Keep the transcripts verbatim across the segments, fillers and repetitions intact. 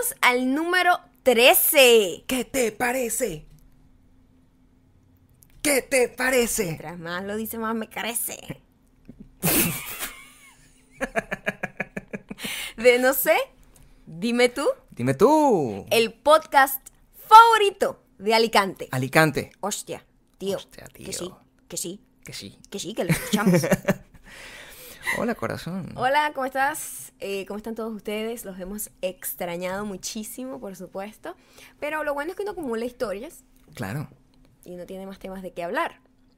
Bienvenidos al número trece. ¿Qué te parece? ¿Qué te parece? Mientras más lo dice, más me carece. De no sé, dime tú. Dime tú. El podcast favorito de Alicante. Alicante. Hostia, tío. Hostia, tío. Que sí, que sí, Que sí. que sí, que lo escuchamos. Hola, corazón. Hola, ¿cómo estás? Eh, ¿Cómo están todos ustedes? Los hemos extrañado muchísimo, por supuesto. Pero lo bueno es que uno acumula historias Claro. y no tiene más temas de qué hablar.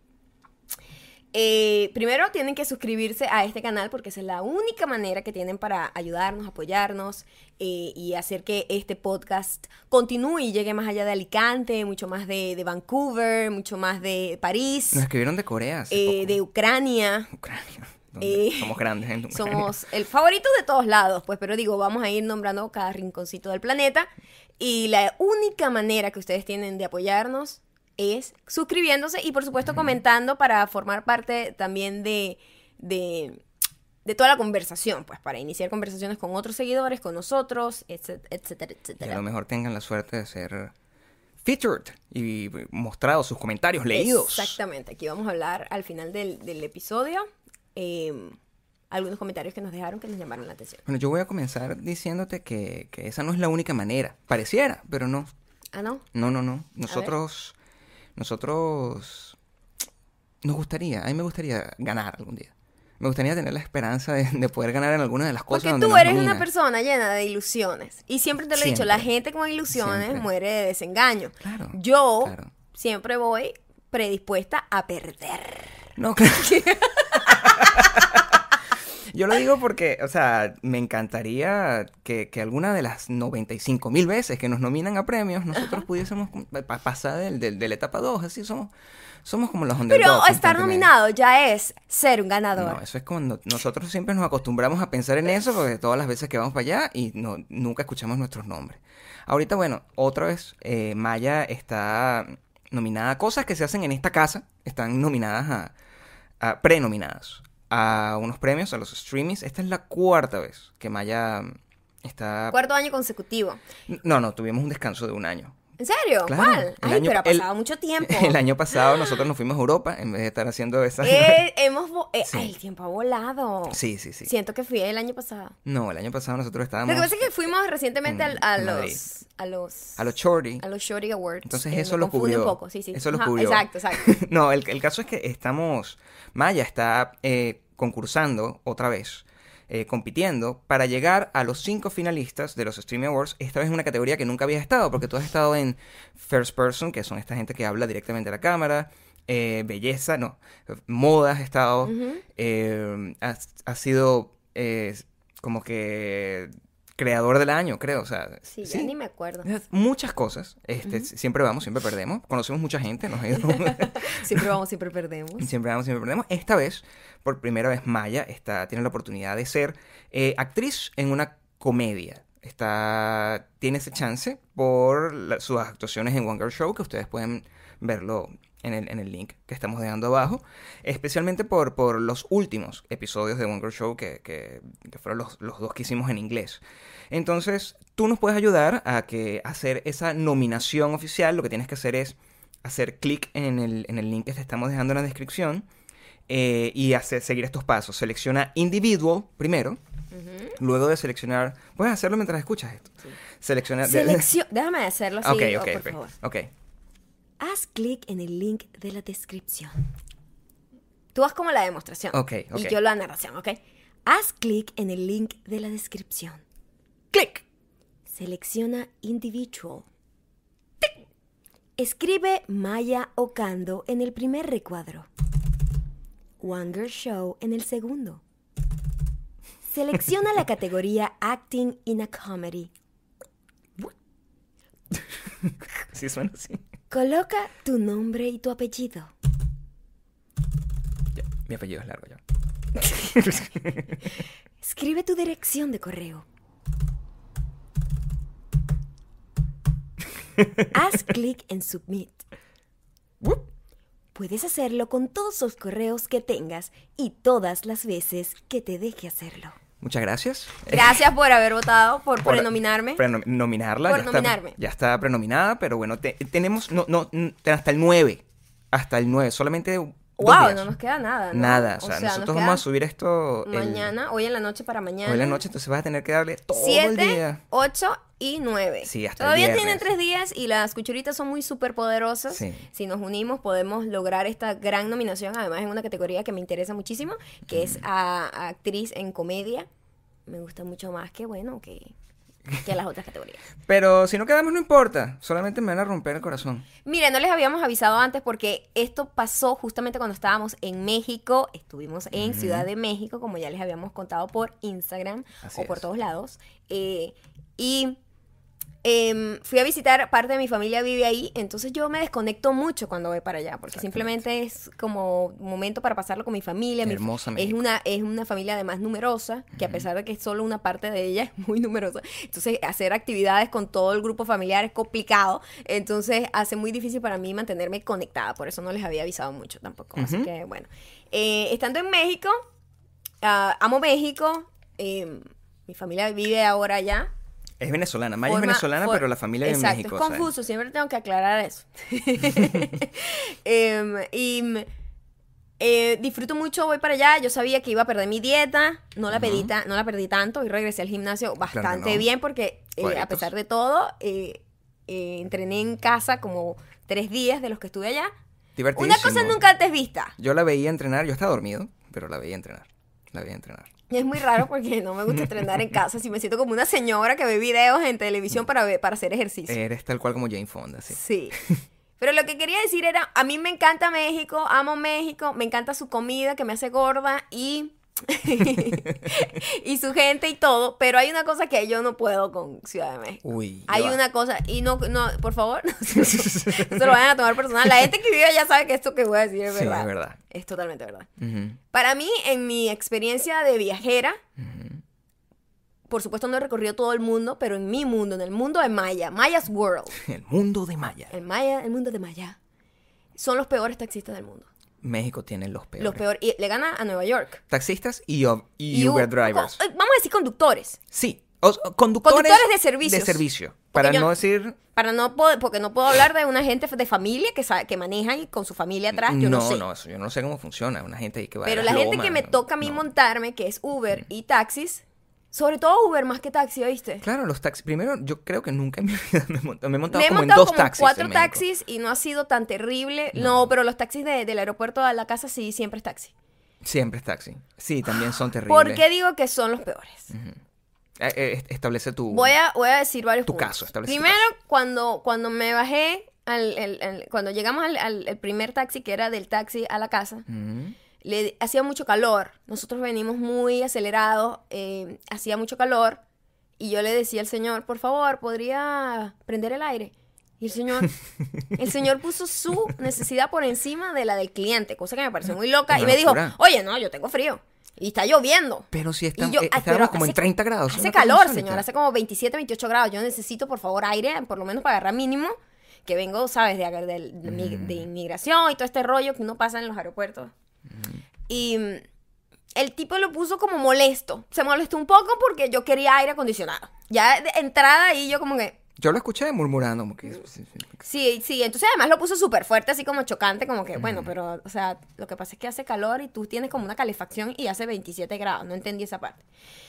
Eh, primero tienen que suscribirse a este canal porque esa es la única manera que tienen para ayudarnos, apoyarnos eh, y hacer que este podcast continúe y llegue más allá de Alicante, mucho más de, de Vancouver, mucho más de París, Nos escribieron de Corea hace eh, poco. de Ucrania. Ucrania. Donde Eh, somos grandes en Ucrania. Somos el favorito de todos lados, pues, pero digo, vamos a ir nombrando cada rinconcito del planeta. Y la única manera que ustedes tienen de apoyarnos es suscribiéndose y, por supuesto, comentando para formar parte también de, de, de toda la conversación, pues, para iniciar conversaciones con otros seguidores, con nosotros, etcétera, etcétera, Y a etcétera. lo mejor tengan la suerte de ser featured y mostrados sus comentarios leídos. Exactamente. Aquí vamos a hablar al final del, del episodio eh, algunos comentarios que nos dejaron que nos llamaron la atención. Bueno, yo voy a comenzar diciéndote que, que esa no es la única manera. Pareciera, pero no. ¿Ah, no? No, no, no. Nosotros, nosotros, nos gustaría, a mí me gustaría ganar algún día. Me gustaría tener la esperanza de, de poder ganar en alguna de las cosas Porque donde tú nos eres nominan. una persona llena de ilusiones. Y siempre te lo he dicho, Siempre. la gente con ilusiones Siempre. muere de desengaño. Claro, Yo claro. siempre voy predispuesta a perder. No, claro. Yo lo digo porque, o sea, me encantaría que, que alguna de las noventa y cinco mil veces que nos nominan a premios, nosotros pudiésemos pa- pasar del, del- de la etapa dos, así somos, somos como los underdogs. Pero estar constantemente. nominado ya es ser un ganador. No, eso es cuando nosotros siempre nos acostumbramos a pensar en eso, porque todas las veces que vamos para allá y no, nunca escuchamos nuestros nombres. Ahorita, bueno, otra vez, eh, Maya está nominada a cosas que se hacen en esta casa, están nominadas a, a prenominadas a unos premios, a los streamings. Esta es la cuarta vez que Maya está... Cuarto año consecutivo. No, no, tuvimos un descanso de un año. ¿En serio? Claro, ¿Cuál? el Ay, año- pero ha el- pasado mucho tiempo. El año pasado nosotros nos fuimos a Europa en vez de estar haciendo esa... Eh, hemos vo- eh, Sí. ay, el tiempo ha volado. Sí, sí, sí. Siento que fui el año pasado. No, el año pasado nosotros Lo estábamos... que pasa es que fuimos recientemente en- al- a, en Madrid. los, a los... A los Shorty. A los Shorty Awards. Entonces Eh, eso me lo confunde cubrió. un poco, sí, sí. Eso lo Ajá, cubrió. Exacto, exacto. No, el, el caso es que estamos... Maya está eh, concursando otra vez, eh, compitiendo para llegar a los cinco finalistas de los Streaming Awards. Esta vez en una categoría que nunca había estado, porque tú has estado en First Person, que son esta gente que habla directamente a la cámara, eh, belleza, no, moda has estado, Ujú. eh, has, has sido eh, como que creador del año, creo, o sea, Sí, ya ni me acuerdo. muchas cosas. Este, siempre vamos, siempre perdemos. Conocemos mucha gente, nos ha ido. Siempre vamos, siempre perdemos. Siempre vamos, siempre perdemos. Esta vez, por primera vez, Maya está, tiene la oportunidad de ser eh, actriz en una comedia. Está, tiene ese chance por la- sus actuaciones en One Girl Show, que ustedes pueden verlo en el, en el link que estamos dejando abajo. Especialmente por, por los últimos episodios de One Girl Show, que, que, que fueron los, los dos que hicimos en inglés. Entonces, tú nos puedes ayudar a que hacer esa nominación oficial. Lo que tienes que hacer es hacer clic en el, en el link que te estamos dejando en la descripción eh, y hacer, seguir estos pasos. Selecciona Individual primero. Ujú. Luego de seleccionar... Puedes hacerlo mientras escuchas esto. Sí. Selecciona... Selección. Déjame hacerlo así, Ok, oh, ok, por ok. favor. Ok. Haz clic en el link de la descripción. Tú haz como la demostración. Ok, ok. Y yo la narración, ¿ok? Haz clic en el link de la descripción. ¡Clic! Selecciona Individual. ¡Tic! Escribe Maya Ocando en el primer recuadro. One Girl Show en el segundo. Selecciona la categoría Acting in a Comedy. Sí, suena así. Coloca tu nombre y tu apellido. Ya, mi apellido es largo ya. Escribe tu dirección de correo. Haz clic en Submit. Whoop. Puedes hacerlo con todos los correos que tengas y todas las veces que te deje hacerlo. Muchas gracias. Gracias por haber votado, por, Por- prenominarme. Preno- nominarla. Por ya nominarme. Está, ya está prenominada, pero bueno, te- tenemos no, no, n- hasta el nueve. Hasta el nueve, solamente dos Wow, días. no nos queda nada, ¿no? Nada, o sea, nos nosotros queda vamos a subir esto el- mañana, hoy en la noche para mañana. hoy en la noche, entonces vas a tener que darle todo el siete, día. ocho y nueve. Sí, hasta el Todavía viernes. tienen tres días y las cuchuritas son muy súper poderosas. Sí. Si nos unimos podemos lograr esta gran nominación, además en una categoría que me interesa muchísimo, que es a, a actriz en comedia. Me gusta mucho más que, bueno, que, que las otras categorías. Pero si no quedamos no importa, solamente me van a romper el corazón. Mire, no les habíamos avisado antes porque esto pasó justamente cuando estábamos en México. Estuvimos en Ujú. Ciudad de México, como ya les habíamos contado por Instagram Así o por es. todos lados. Eh, y em, fui a visitar, parte de mi familia vive ahí, entonces yo me desconecto mucho cuando voy para allá, porque Exactamente. simplemente es como un momento para pasarlo con mi familia. Mi- Hermosa es México. una, es una familia además numerosa, que a pesar de que es solo una parte de ella, es muy numerosa. Entonces, hacer actividades con todo el grupo familiar es complicado. Entonces, hace muy difícil para mí mantenerme conectada. Por eso no les había avisado mucho tampoco. Así Ujú. que, bueno. Eh, estando en México, ah, amo México. eh, mi familia vive ahora allá. Es venezolana, Maya es Forma- venezolana, for- pero la familia vive en Exacto, México. es o sea. confuso, siempre tengo que aclarar eso. Em, y mm, eh, disfruto mucho, voy para allá. Yo sabía que iba a perder mi dieta, no la, pedí Ujú. ta- no la perdí tanto y regresé al gimnasio bastante no. bien porque eh, a Cuadritos. pesar de todo, eh, eh, entrené en casa como tres días de los que estuve allá. Una Divertidísimo. cosa nunca antes vista. Yo la veía entrenar, yo estaba dormido, pero la veía entrenar. La veía entrenar. Y es muy raro porque no me gusta entrenar en casa. Si me siento como una señora que ve videos en televisión para, ver- para hacer ejercicio. Eres tal cual como Jane Fonda, sí. Sí. Pero lo que quería decir era, a mí me encanta México, amo México, me encanta su comida que me hace gorda y y su gente y todo, pero hay una cosa que yo no puedo con Ciudad de México. Uy. ya Hay va. una cosa, y no, no, por favor, no se, no se lo vayan a tomar personal. La gente que vive allá sabe que esto que voy a decir es Sí, verdad. es verdad. Es totalmente verdad. Ujú, Para mí, en mi experiencia de viajera, ujú. por supuesto no he recorrido todo el mundo, pero en mi mundo, en el mundo de Maya, Maya's World, El mundo de Maya. el Maya, el mundo de Maya, son los peores taxistas del mundo. México tiene los peores. Los peores. Y le gana a Nueva York. Taxistas y, o- y Y Uber u- drivers. co- Vamos a decir conductores. Sí. O- o conductores, Conductores de servicios. De servicio. Para yo- no decir... Para no poder, porque no puedo hablar de una gente de familia que, sabe, que maneja y con su familia atrás, yo no, no, sé. no, eso yo no sé cómo funciona. Una gente ahí que va a Pero las la gente lomas, que me no, toca a mí no. montarme, que es Uber y taxis, sobre todo Uber más que taxi, ¿oíste? Claro, los taxis. Primero, yo creo que nunca en mi vida me he montado, me he montado Me he como montado en dos como taxis. cuatro en México. taxis y no ha sido tan terrible. No, pero los taxis de- del aeropuerto a la casa sí, siempre es taxi. Siempre es taxi. Sí, también son terribles. ¿Por qué digo que son los peores? Eh, eh, establece tu... Voy a, voy a decir varios Tu puntos. caso, establece tu Primero, cuando, cuando me bajé, al, al- al- cuando llegamos al, al- el primer taxi, que era del taxi a la casa, Ujú. le hacía mucho calor. Nosotros venimos muy acelerados, eh, hacía mucho calor. Y yo le decía al señor, por favor, ¿podría prender el aire? Y el señor, el señor puso su necesidad por encima de la del cliente, cosa que me pareció muy loca. Una Y me dijo, locura. oye, no, yo tengo frío. Y está lloviendo. Pero si está, Y yo, eh, ah, estábamos pero como en hace- treinta grados. Hace una cosa calor, insólita. señor, hace como veintisiete, veintiocho grados. Yo necesito, por favor, aire, por lo menos para agarrar mínimo, que vengo, ¿sabes? De, de, de mi- Mm. de inmigración y todo este rollo que uno pasa en los aeropuertos. Y mm, el tipo lo puso como molesto. Se molestó un poco porque yo quería aire acondicionado. Ya de entrada ahí yo como que... Yo lo escuché murmurando. Como que, sí, sí. Sí, sí, entonces además lo puso súper fuerte, así como chocante, como que, bueno, pero, o sea, lo que pasa es que hace calor y tú tienes como una calefacción y hace veintisiete grados, no entendí esa parte.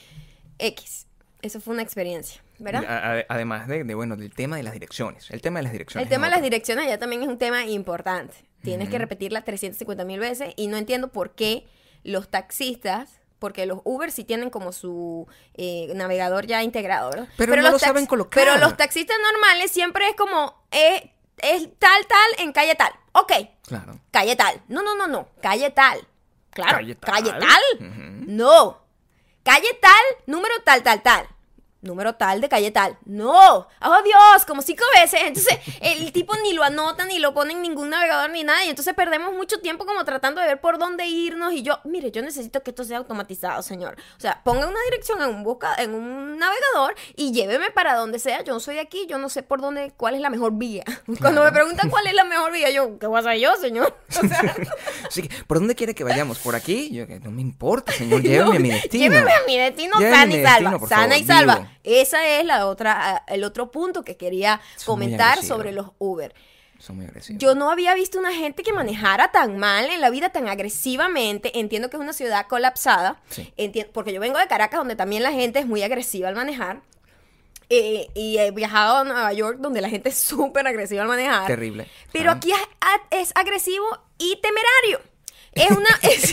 X, eso fue una experiencia, ¿verdad? A- a- además de, de, bueno, del tema de las direcciones. El tema de las direcciones. El tema es de las otro. direcciones ya también es un tema importante. Tienes que repetirla trescientas cincuenta mil veces y no entiendo por qué los taxistas, porque los Uber sí tienen como su eh, navegador ya integrado, ¿verdad? Pero no los lo saben colocar. Pero los taxistas normales siempre es como, eh, es tal, tal, en calle tal. Ok, Claro. calle tal. No, no, no, no. Calle tal. Claro. Calle Calle tal. tal. Ujú. No. Calle tal, número tal, tal, tal. número tal de calle tal. No, oh Dios, como cinco veces. Entonces el tipo ni lo anota, ni lo pone en ningún navegador, ni nada. Y entonces perdemos mucho tiempo como tratando de ver por dónde irnos. Y yo, mire, yo necesito que esto sea automatizado, señor. O sea, ponga una dirección en un, busca, en un navegador y lléveme para donde sea. Yo no soy de aquí, yo no sé por dónde, cuál es la mejor vía. Claro. Cuando me preguntan cuál es la mejor vía, yo, ¿qué voy a saber yo, señor? O sea, sí, ¿por dónde quiere que vayamos? ¿Por aquí? Yo, que no me importa, señor, lléveme no, a mi destino. Lléveme a mi destino lléveme sana y salva. Destino, sana favor, y salva. Vivo. Esa es la otra, el otro punto que quería Son comentar sobre los Uber. Son muy agresivos. Yo no había visto una gente que manejara tan mal en la vida, tan agresivamente. Entiendo que es una ciudad colapsada, sí. Enti- porque yo vengo de Caracas, donde también la gente es muy agresiva al manejar. Eh, y he viajado a Nueva York, donde la gente es súper agresiva al manejar. Terrible. Pero ah. aquí es, es agresivo y temerario. Es una... Es,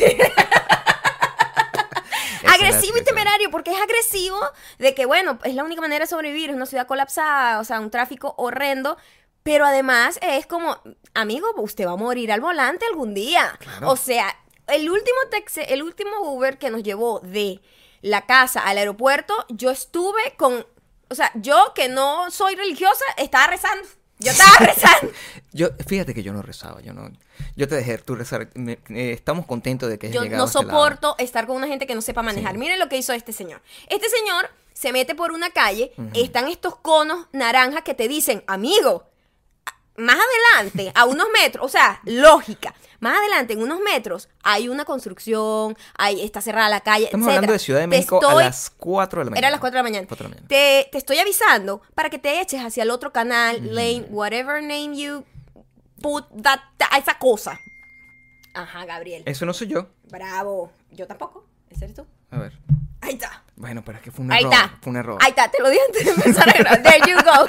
agresivo y temerario, porque es agresivo de que, bueno, es la única manera de sobrevivir, es una ciudad colapsada, o sea, un tráfico horrendo, pero además es como, amigo, usted va a morir al volante algún día. Claro. O sea, el último taxi, el último Uber que nos llevó de la casa al aeropuerto, yo estuve con, o sea, yo que no soy religiosa, estaba rezando. Yo estaba rezando. yo, fíjate que yo no rezaba, yo no, yo te dejé tú rezar. Me, eh, estamos contentos de que hayas yo llegado no a este soporto lado. estar con una gente que no sepa manejar. Sí. Miren lo que hizo este señor. Este señor se mete por una calle, uh-huh. están estos conos naranjas que te dicen, amigo, más adelante, a unos metros, o sea, lógica, más adelante, en unos metros, hay una construcción, hay, está cerrada la calle, Estamos etcétera. hablando de Ciudad de México estoy, a las cuatro de la mañana. Era a las cuatro de la mañana. cuatro de la mañana. Te, te estoy avisando para que te eches hacia el otro canal, Mm. lane, whatever name you put that, that- esa cosa. Ajá, Gabriel. Eso no soy yo. Bravo. Yo tampoco. ¿Ese eres tú? A ver. Ahí está. Bueno, pero es que fue un Ahí error. está. Fue un error. Ahí está, te lo dije antes de empezar a grabar. There you go.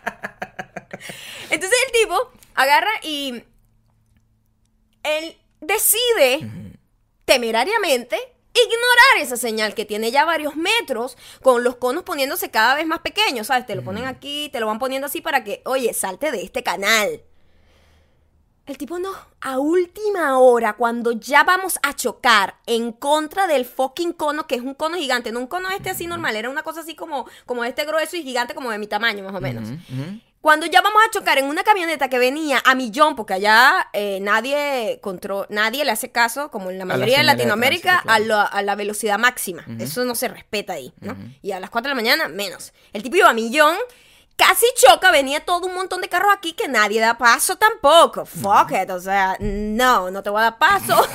Entonces el tipo agarra y él decide Uh-huh. temerariamente ignorar esa señal que tiene ya varios metros, con los conos poniéndose cada vez más pequeños, ¿sabes? Te lo ponen aquí, te lo van poniendo así para que, oye, salte de este canal. El tipo no, a última hora, cuando ya vamos a chocar en contra del fucking cono, que es un cono gigante, no un cono este así normal, era una cosa así como, como este grueso y gigante, como de mi tamaño más o menos. Uh-huh, uh-huh. Cuando ya vamos a chocar en una camioneta que venía a millón, porque allá eh, nadie control, nadie le hace caso, como en la mayoría de señales de Latinoamérica, tránsito, claro. a, lo- a la velocidad máxima. Uh-huh. Eso no se respeta ahí, ¿no? Uh-huh. Y a las cuatro de la mañana, menos. El tipo iba a millón, casi choca, venía todo un montón de carros aquí que nadie da paso tampoco. Fuck it, o sea, no, no te voy a dar paso.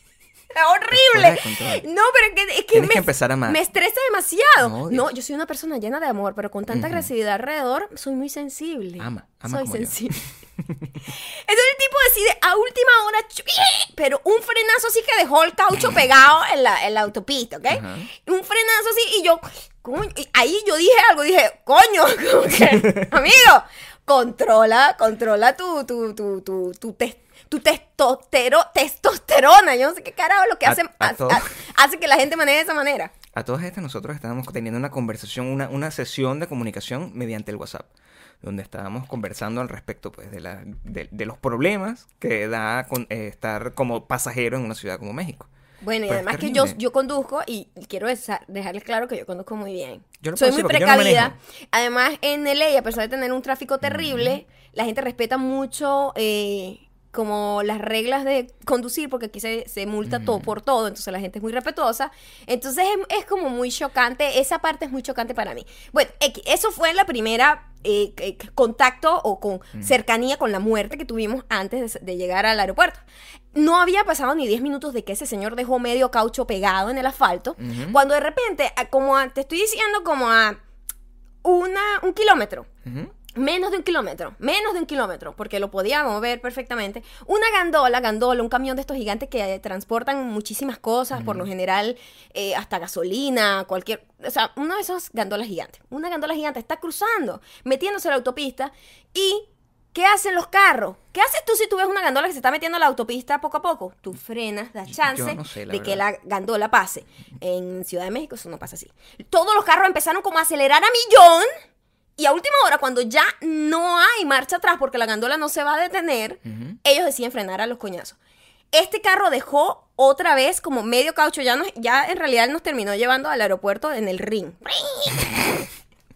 Es horrible. No, pero es que, es que, Tienes me, que empezar a amar. me estresa demasiado. No, No, yo soy una persona llena de amor, pero con tanta Ujú. agresividad alrededor, soy muy sensible. Ama, ama Soy como yo. sensible. Entonces el tipo decide a última hora, ch- pero un frenazo así que dejó el caucho pegado en la, en la autopista, ¿ok? Ajá. Un frenazo así y yo, coño, y ahí yo dije algo, dije, coño, como que, amigo, controla, controla tu, tu, tu, tu, tu, tes- tu testostero, testosterona, yo no sé qué carajo es lo que A- hace, a hace, todo. hace que la gente maneje de esa manera. A todas estas nosotros estábamos teniendo una conversación, una, una sesión de comunicación mediante el WhatsApp, donde estábamos conversando al respecto pues de, la, de, de los problemas que da con, eh, estar como pasajero en una ciudad como México. Bueno, y Pero es además que yo, terrible. yo conduzco y quiero desa- dejarles claro que yo conduzco muy bien. Yo no Soy puedo muy decir porque yo no precavida. manejo. Además, en L A, a pesar de tener un tráfico terrible, la gente respeta mucho eh, como las reglas de conducir, porque aquí se, se multa todo por todo, entonces la gente es muy respetuosa. Entonces es, es como muy chocante, esa parte es muy chocante para mí. Bueno, X, eso fue la primera eh, eh, contacto o con cercanía con la muerte que tuvimos antes de, de llegar al aeropuerto. No había pasado ni diez minutos de que ese señor dejó medio caucho pegado en el asfalto, Ujú. cuando de repente, a- como a- te estoy diciendo, como a una, un kilómetro, Ujú. menos de un kilómetro, menos de un kilómetro, porque lo podíamos ver perfectamente. Una gandola, gandola, un camión de estos gigantes que eh, transportan muchísimas cosas, por lo general eh, hasta gasolina, cualquier, o sea, uno de esos gandolas gigantes. Una gandola gigante está cruzando, metiéndose a la autopista y ¿qué hacen los carros? ¿Qué haces tú si tú ves una gandola que se está metiendo a la autopista poco a poco? Tú frenas, das chance Yo no sé, la de que verdad. la gandola pase. En Ciudad de México eso no pasa así. Todos los carros empezaron como a acelerar a millón. Y a última hora, cuando ya no hay marcha atrás porque la gandola no se va a detener, Ujú. ellos deciden frenar a los coñazos. Este carro dejó otra vez como medio caucho, ya, nos, ya en realidad nos terminó llevando al aeropuerto en el ring.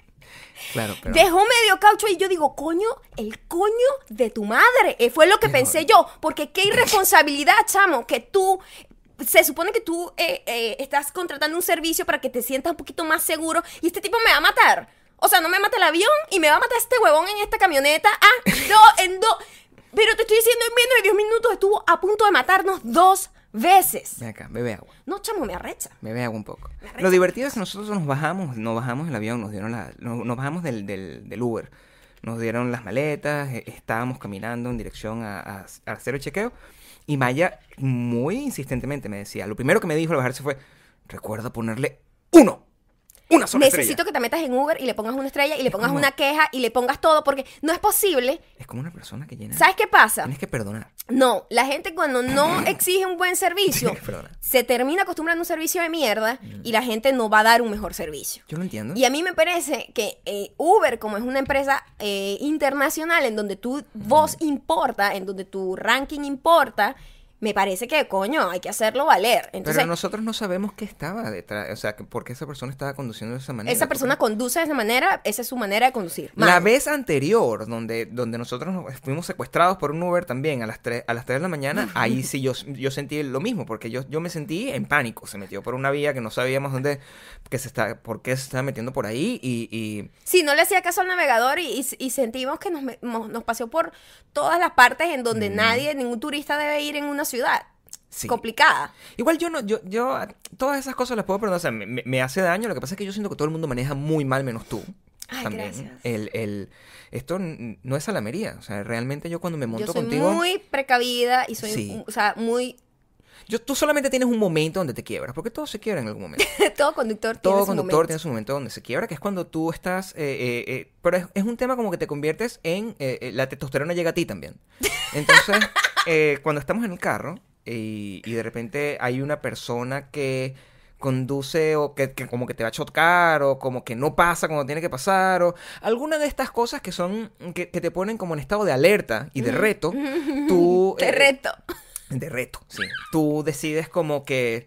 Claro, pero... Dejó medio caucho y yo digo, coño, el coño de tu madre. Eh, fue lo que Pero- pensé yo. Porque qué irresponsabilidad, chamo, que tú... Se supone que tú eh, eh, estás contratando un servicio para que te sientas un poquito más seguro y este tipo me va a matar. O sea, no me mata el avión y me va a matar este huevón en esta camioneta. Ah, no, en dos... Pero te estoy diciendo, en menos de diez minutos estuvo a punto de matarnos dos veces. Ven acá, bebe agua. No, chamo, me arrecha. Bebe agua un poco. Me arrecha. Lo divertido es que nosotros nos bajamos, nos bajamos del avión, nos dieron la, nos, nos bajamos del, del, del Uber. Nos dieron las maletas, eh, estábamos caminando en dirección a, a- a hacer el chequeo. Y Maya muy insistentemente me decía, lo primero que me dijo al bajarse fue, recuerda ponerle uno. Una sola Necesito estrella. que te metas en Uber y le pongas una estrella y le Es pongas como- una queja y le pongas todo porque no es posible. Es como una persona que llena... ¿Sabes qué pasa? Tienes que perdonar. No, la gente cuando no exige un buen servicio, Tienes que perdonar. se termina acostumbrando a un servicio de mierda y la gente no va a dar un mejor servicio. Yo lo entiendo. Y a mí me parece que eh, Uber, como es una empresa eh, internacional en donde tu voz importa, en donde tu ranking importa, me parece que, coño, hay que hacerlo valer. Entonces, Pero nosotros no sabemos qué estaba detrás, o sea, que por qué esa persona estaba conduciendo de esa manera. esa persona conduce de esa manera, esa es su manera de conducir. La Mal. vez anterior, donde, donde nosotros nos fuimos secuestrados por un Uber también a las tres, a las tres de la mañana, ahí sí yo, yo sentí lo mismo, porque yo, yo me sentí en pánico. Se metió por una vía que no sabíamos dónde, que se está, por qué se estaba metiendo por ahí y... y Sí, no le hacía caso al navegador y, y- y sentimos que nos, me- mo- nos paseó por todas las partes en donde nadie, ningún turista debe ir en una ciudad sí. complicada. Igual yo no, yo, yo, todas esas cosas las puedo perdonar, o sea, me, me- me hace daño, lo que pasa es que yo siento que todo el mundo maneja muy mal menos tú. Ay, también. gracias. El, el, esto n- no es salamería, o sea, realmente yo cuando me monto Yo soy contigo... muy precavida y soy, Sí. o sea, muy... Yo, tú solamente tienes un momento donde te quiebras, porque todo se quiebra en algún momento. Todo conductor tiene Todo su conductor momento. tiene su momento donde se quiebra, que es cuando tú estás... eh, eh, eh, pero es, es un tema como que te conviertes en... eh, eh, la testosterona llega a ti también. Entonces, eh, cuando estamos en el carro y, y de repente hay una persona que conduce o que, que como que te va a chocar o como que no pasa cuando tiene que pasar o alguna de estas cosas que son... que, que te ponen como en estado de alerta y de reto, tú... Te eh, reto. de reto, sí. Tú decides como que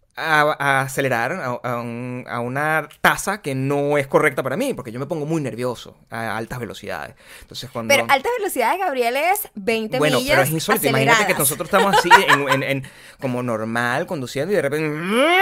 a, a acelerar a, a un- a una tasa que no es correcta para mí, porque yo me pongo muy nervioso a altas velocidades. Entonces cuando... Pero alta velocidad de Gabriel es veinte bueno, millas pero es insólito. Imagínate que aceleradas. nosotros estamos así en, en- en- como normal conduciendo y de repente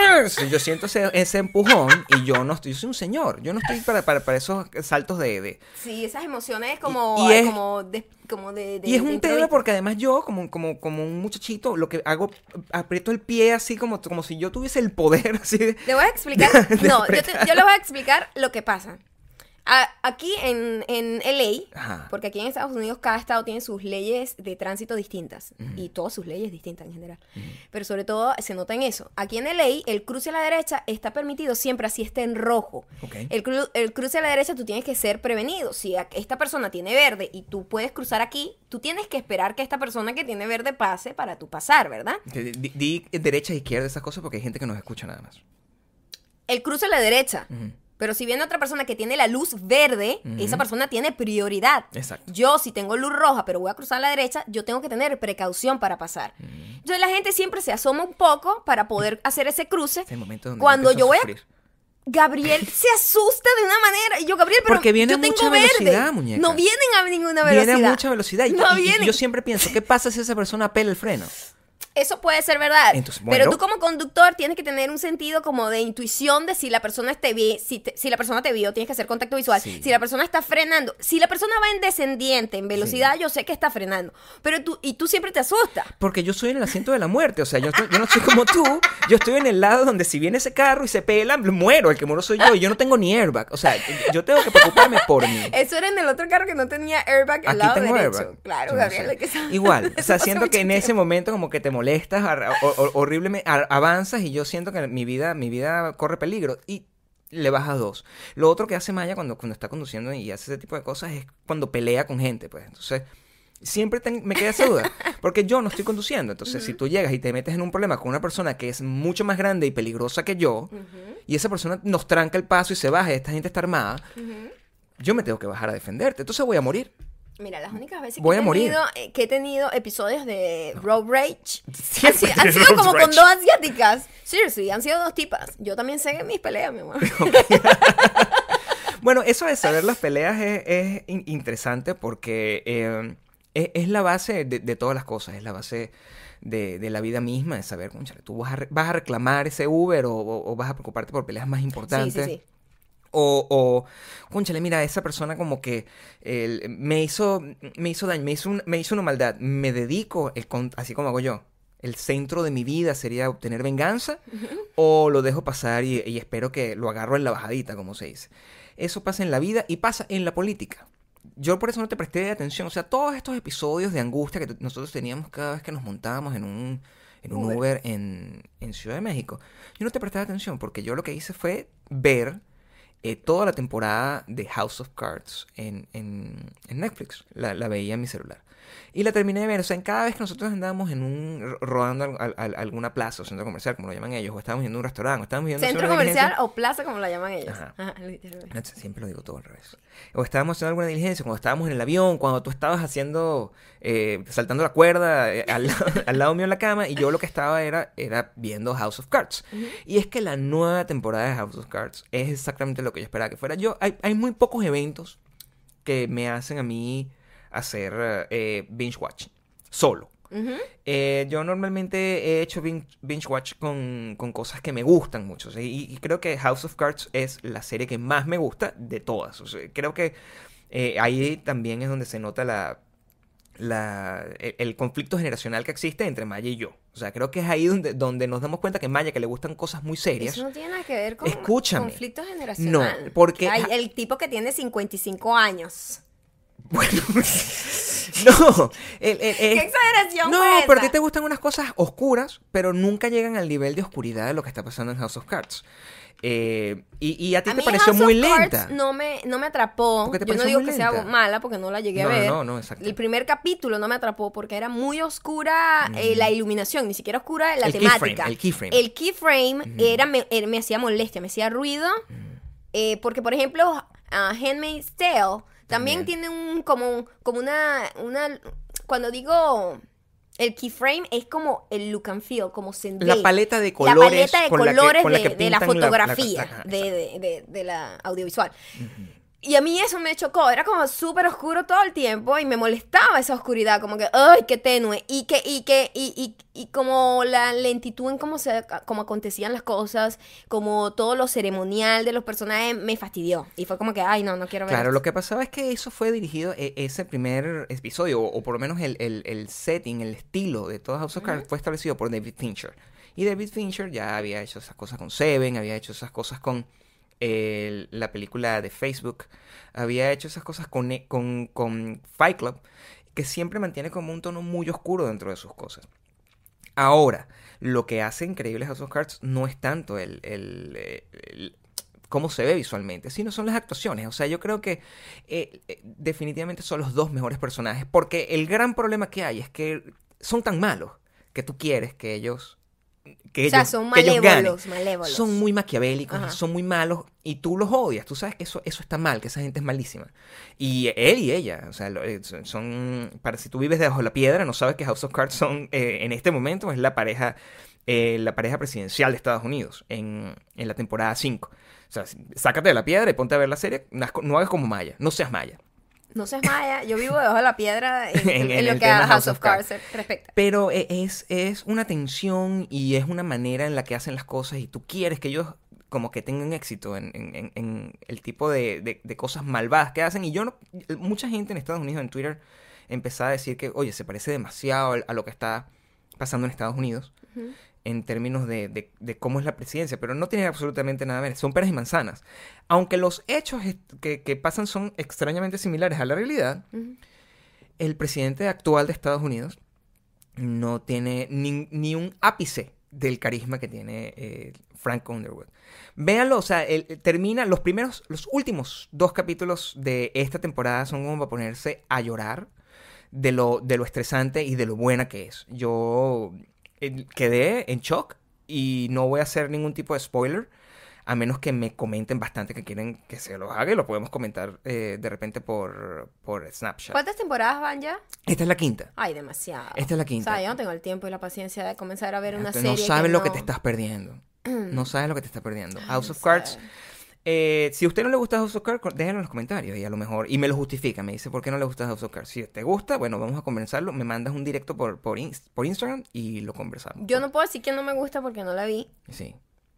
yo siento ese, ese empujón y yo no estoy, yo soy un señor, yo no estoy para, para, para esos saltos de, de- Sí, esas emociones como, Y- y es- como de, como de, de- Y es de un improviso. tema porque además yo, como, como, como un muchachito, lo que hago, aprieto el pie así como, como si yo tuviese el poder así de... Le voy a explicar. de No, yo, te- apretar. yo le voy a explicar lo que pasa. A- aquí en, en L A, Ajá. porque aquí en Estados Unidos cada estado tiene sus leyes de tránsito distintas y todas sus leyes distintas en general. Pero sobre todo se nota en eso. Aquí en L A el cruce a la derecha está permitido siempre así esté en rojo. Ok. El, cru- el cruce a la derecha tú tienes que ser prevenido. Si a- esta persona tiene verde y tú puedes cruzar aquí, tú tienes que esperar que esta persona que tiene verde pase para tú pasar, ¿verdad? Di, di- di derecha e izquierda esas cosas porque hay gente que nos escucha nada más. El cruce a la derecha. Ujú. Pero si viene otra persona que tiene la luz verde, Ujú. esa persona tiene prioridad. Exacto. Yo, si tengo luz roja, pero voy a cruzar a la derecha, yo tengo que tener precaución para pasar. Entonces la gente siempre se asoma un poco para poder hacer ese cruce. Es el momento donde Cuando empiezo yo voy a... sufrir. Gabriel se asusta de una manera. Y yo, Gabriel, pero Porque viene yo tengo mucha verde. velocidad, muñeca. No vienen a ninguna velocidad. Viene a mucha velocidad y, No y- y vienen. yo siempre pienso, ¿qué pasa si esa persona pela el freno? Eso puede ser verdad. Entonces, Pero bueno. tú como conductor tienes que tener un sentido como de intuición de si la persona te vi, si, te- si la persona te vio, tienes que hacer contacto visual. Sí. Si la persona está frenando, si la persona va en descendiente, en velocidad, yo sé que está frenando. Pero tú, y tú siempre te asustas. Porque yo soy en el asiento de la muerte, o sea, yo, estoy- yo no soy como tú, yo estoy en el lado donde si viene ese carro y se pela, muero, el que muero soy yo, y yo no tengo ni airbag, o sea, yo tengo que preocuparme por mí. Eso era en el otro carro que no tenía airbag al Aquí lado tengo derecho. airbag. Claro, Yo no Gabriel. sé. ¿de qué sabes? Igual, o Eso sea, pasó siento que mucho en ese tiempo. momento como que te molestas, ar- o- o- horriblemente, ar- avanzas y yo siento que mi vida, mi vida corre peligro y le bajas dos. Lo otro que hace Maya cuando, cuando está conduciendo y hace ese tipo de cosas es cuando pelea con gente, pues, entonces... Siempre ten- me queda esa duda, porque yo no estoy conduciendo. Entonces, si tú llegas y te metes en un problema con una persona que es mucho más grande y peligrosa que yo, y esa persona nos tranca el paso y se baja y esta gente está armada, yo me tengo que bajar a defenderte. Entonces voy a morir. Mira, las únicas veces Voy que, a he morir. tenido, eh, que he tenido episodios de road rage Siempre han, sido- han tienes sido road como con rage. dos asiáticas. Seriously, han sido dos tipas. Yo también sé mis peleas, mi amor. Bueno, eso de saber las peleas es, es in- interesante porque eh, es, es la base de, de todas las cosas, es la base de, de la vida misma, de saber, cónchale, tú vas a, re- vas a reclamar ese Uber o, o- o vas a preocuparte por peleas más Sí, importantes. sí, sí. O, o, cónchale, mira, esa persona como que eh, me hizo, me hizo daño, me hizo, un- me hizo una maldad. Me dedico, el, con- así como hago yo. El centro de mi vida sería obtener venganza o lo dejo pasar y, y espero que lo agarro en la bajadita, como se dice. Eso pasa en la vida y pasa en la política. Yo por eso no te presté atención. O sea, todos estos episodios de angustia que t- nosotros teníamos cada vez que nos montábamos en un, en un Uber. Uber en, en Ciudad de México. Yo no te presté atención porque yo lo que hice fue ver eh, toda la temporada de House of Cards en, en, en Netflix. La, la veía en mi celular. Y la terminé de ver. O sea, en cada vez que nosotros andábamos en un... ro- rodando al- al- al- alguna plaza o centro comercial, como lo llaman ellos, o estábamos yendo a un restaurante, o estábamos yendo a hacer Centro una comercial diligencia. o plaza, como la llaman ellos. Ajá. Ajá, literalmente. No, siempre lo digo todo al revés. O estábamos haciendo alguna diligencia, cuando estábamos en el avión, cuando tú estabas haciendo, eh, saltando la cuerda eh, al, lado- al lado mío en la cama, y yo lo que estaba era, era viendo House of Cards. Ujú. Y es que la nueva temporada de House of Cards es exactamente lo que yo esperaba que fuera. Yo, hay, hay muy pocos eventos que me hacen a mí hacer eh, binge watch solo. Ujú. Eh, yo normalmente he hecho binge, binge watch con, con cosas que me gustan mucho. ¿Sí? Y, y creo que House of Cards es la serie que más me gusta de todas. O sea, creo que eh, ahí también es donde se nota la, la, el, el conflicto generacional que existe entre Maya y yo. O sea, creo que es ahí donde, donde nos damos cuenta que Maya, que le gustan cosas muy serias. Eso no tiene nada que ver con Escúchame. conflicto generacional. No, porque- Hay el tipo que tiene cincuenta y cinco años. Bueno, no. el- el- ¿Qué el- exageración No, fue esa? porque te gustan unas cosas oscuras, pero nunca llegan al nivel de oscuridad de lo que está pasando en House of Cards. Eh, y, y a ti A te mí pareció House muy of Cards lenta. no me, no me atrapó. Porque te Yo no pareció digo muy que sea lenta. mala porque no la llegué No, a ver. no, no, exacto. El primer capítulo no me atrapó porque era muy oscura eh, la iluminación, ni siquiera oscura la El temática. keyframe, el keyframe. El keyframe era, me, era- me hacía molestia, me hacía ruido. Eh, porque, por ejemplo, uh, Handmaid's Tale también, También. tiene un como, un- como una, una... Cuando digo... El keyframe es como el look and feel, como se ve. La paleta de La colores paleta de con la que- colores con la de, que de la pintan la- la- fotografía, ajá, de, de, de- de la audiovisual. Y a mí eso me chocó, era como súper oscuro todo el tiempo y me molestaba esa oscuridad, como que, ¡ay, qué tenue! Y que, y que, y, y, y como la lentitud en cómo se, cómo acontecían las cosas, como todo lo ceremonial de los personajes, me fastidió. Y fue como que, ay, no, no quiero ver Claro, esto". lo que pasaba es que eso fue dirigido, e- ese primer episodio, o, o por lo menos el, el- el setting, el estilo de todo House of Cards fue establecido por David Fincher. Y David Fincher ya había hecho esas cosas con Seven, había hecho esas cosas con eh, la película de Facebook, había hecho esas cosas con, e- con, con Fight Club, que siempre mantiene como un tono muy oscuro dentro de sus cosas. Ahora, lo que hace increíble House of Cards no es tanto el, el, eh, el- cómo se ve visualmente, sino son las actuaciones. O sea, yo creo que eh, eh, definitivamente son los dos mejores personajes, porque el gran problema que hay es que son tan malos que tú quieres que ellos... Que O sea, ellos- son que ellos ganen. malévolos, malévolos. Son muy maquiavélicos, Ajá. son muy malos y tú los odias. Tú sabes que eso, eso está mal, que esa gente es malísima. Y él y ella, o sea, lo- eh, son- son. Para si tú vives debajo de la piedra, no sabes que House of Cards son, eh, en este momento, es la pareja, eh, la pareja presidencial de Estados Unidos en, en la temporada cinco. O sea, sácate de la piedra y ponte a ver la serie. No, no hagas como Maya, no seas Maya. No seas Maya, yo vivo debajo de la piedra en, En- en en lo el que tema a House House of of Cards se respecta. Pero e- es, es una tensión y es una manera en la que hacen las cosas y tú quieres que ellos como que tengan éxito en, en- en- en el tipo de, de- de cosas malvadas que hacen. Y yo no, mucha gente en Estados Unidos, en Twitter, empezaba a decir que, oye, se parece demasiado a lo que está pasando en Estados Unidos Ujú. en términos de, de- de cómo es la presidencia, pero no tiene absolutamente nada que ver, son peras y manzanas. Aunque los hechos est- que, que pasan son extrañamente similares a la realidad, Ujú. el presidente actual de Estados Unidos no tiene ni, ni un ápice del carisma que tiene eh, Frank Underwood. Véanlo, o sea, él, él termina, los primeros, los últimos dos capítulos de esta temporada son como para ponerse a llorar de lo, de lo estresante y de lo buena que es. Yo eh, quedé en shock y no voy a hacer ningún tipo de spoiler, a menos que me comenten bastante que quieren que se los haga y lo podemos comentar eh, de repente por, por Snapchat. ¿Cuántas temporadas van ya? Esta es la quinta. Ay, demasiado. Esta es la quinta. O sea, yo no tengo el tiempo y la paciencia de comenzar a ver una Tú serie. no sabes que lo que no- te estás perdiendo. No sabes lo que te estás perdiendo. House no of Cards sé. Eh, si a usted no le gusta House of Cards, co- déjenlo en los comentarios y a lo mejor, y me lo justifica, me dice por qué no le gusta House of Cards. Si te gusta, bueno, vamos a conversarlo, me mandas un directo por, por, Inst- por Instagram y lo conversamos. Yo no puedo decir que no me gusta porque no la vi. Sí.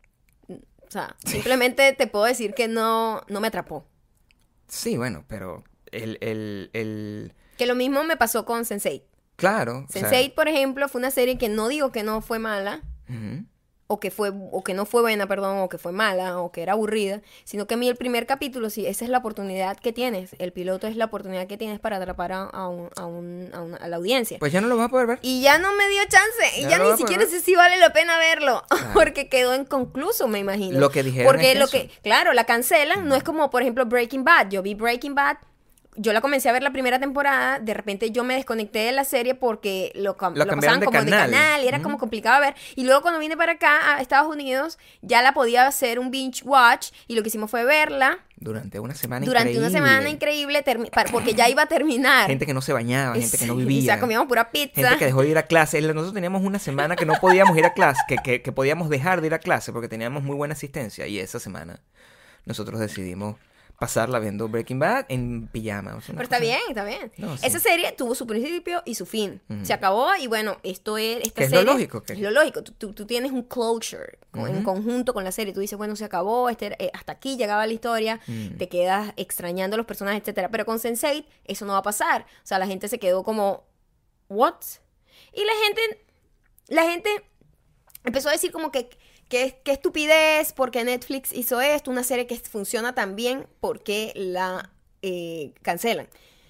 O sea, simplemente te puedo decir que no, no me atrapó. Sí, bueno, pero el, el, el... Que lo mismo me pasó con sense eight. Claro. o sea, sense eight, por ejemplo, fue una serie que no digo que no fue mala, ujú. o que fue, o que no fue buena, perdón, o que fue mala, o que era aburrida, sino que a mí el primer capítulo, sí, esa es la oportunidad que tienes. El piloto es la oportunidad que tienes para atrapar a, a, un- a, un- a una- a la audiencia. Pues ya no lo vas a poder ver. Y ya no me dio chance, y Ya ya no ni va a siquiera poder. sé si vale la pena verlo, Claro. porque quedó inconcluso, me imagino. Lo que dijeron Porque es lo eso. que, claro, la cancelan, no es como, por ejemplo, Breaking Bad. Yo vi Breaking Bad, yo la comencé a ver la primera temporada, de repente yo me desconecté de la serie porque lo, cam- Lo lo cambiaron pasaban de como de canal. canal y era Ujú. como complicado ver. Y luego cuando vine para acá, a Estados Unidos, ya la podía hacer un binge watch y lo que hicimos fue verla Durante una semana durante increíble. una semana increíble, termi- para- porque ya iba a terminar. Gente que no se bañaba, gente que no Sí, vivía. O sea, comíamos pura pizza. Gente que dejó de ir a clase. Nosotros teníamos una semana que no podíamos ir a clase, que, que, que podíamos dejar de ir a clase porque teníamos muy buena asistencia. Y esa semana nosotros decidimos pasarla viendo Breaking Bad en pijama. O sea, una Pero está cosa- bien, está bien. No, sí. Esa serie tuvo su principio y su fin. Ujú. Se acabó y bueno, esto es... Esta Que es lo serie- lógico, que- Es lo lógico. Tú, tú- tú tienes un closure con- en Ujú. conjunto con la serie. Tú dices, bueno, se acabó, este, eh, hasta aquí llegaba la historia, Mm. te quedas extrañando a los personajes, etcétera. Pero con sense eight eso no va a pasar. O sea, la gente se quedó como, ¿what? Y la gente, la gente empezó a decir como que... Qué, qué estupidez, porque Netflix hizo esto, una serie que funciona tan bien, porque la eh, cancelan.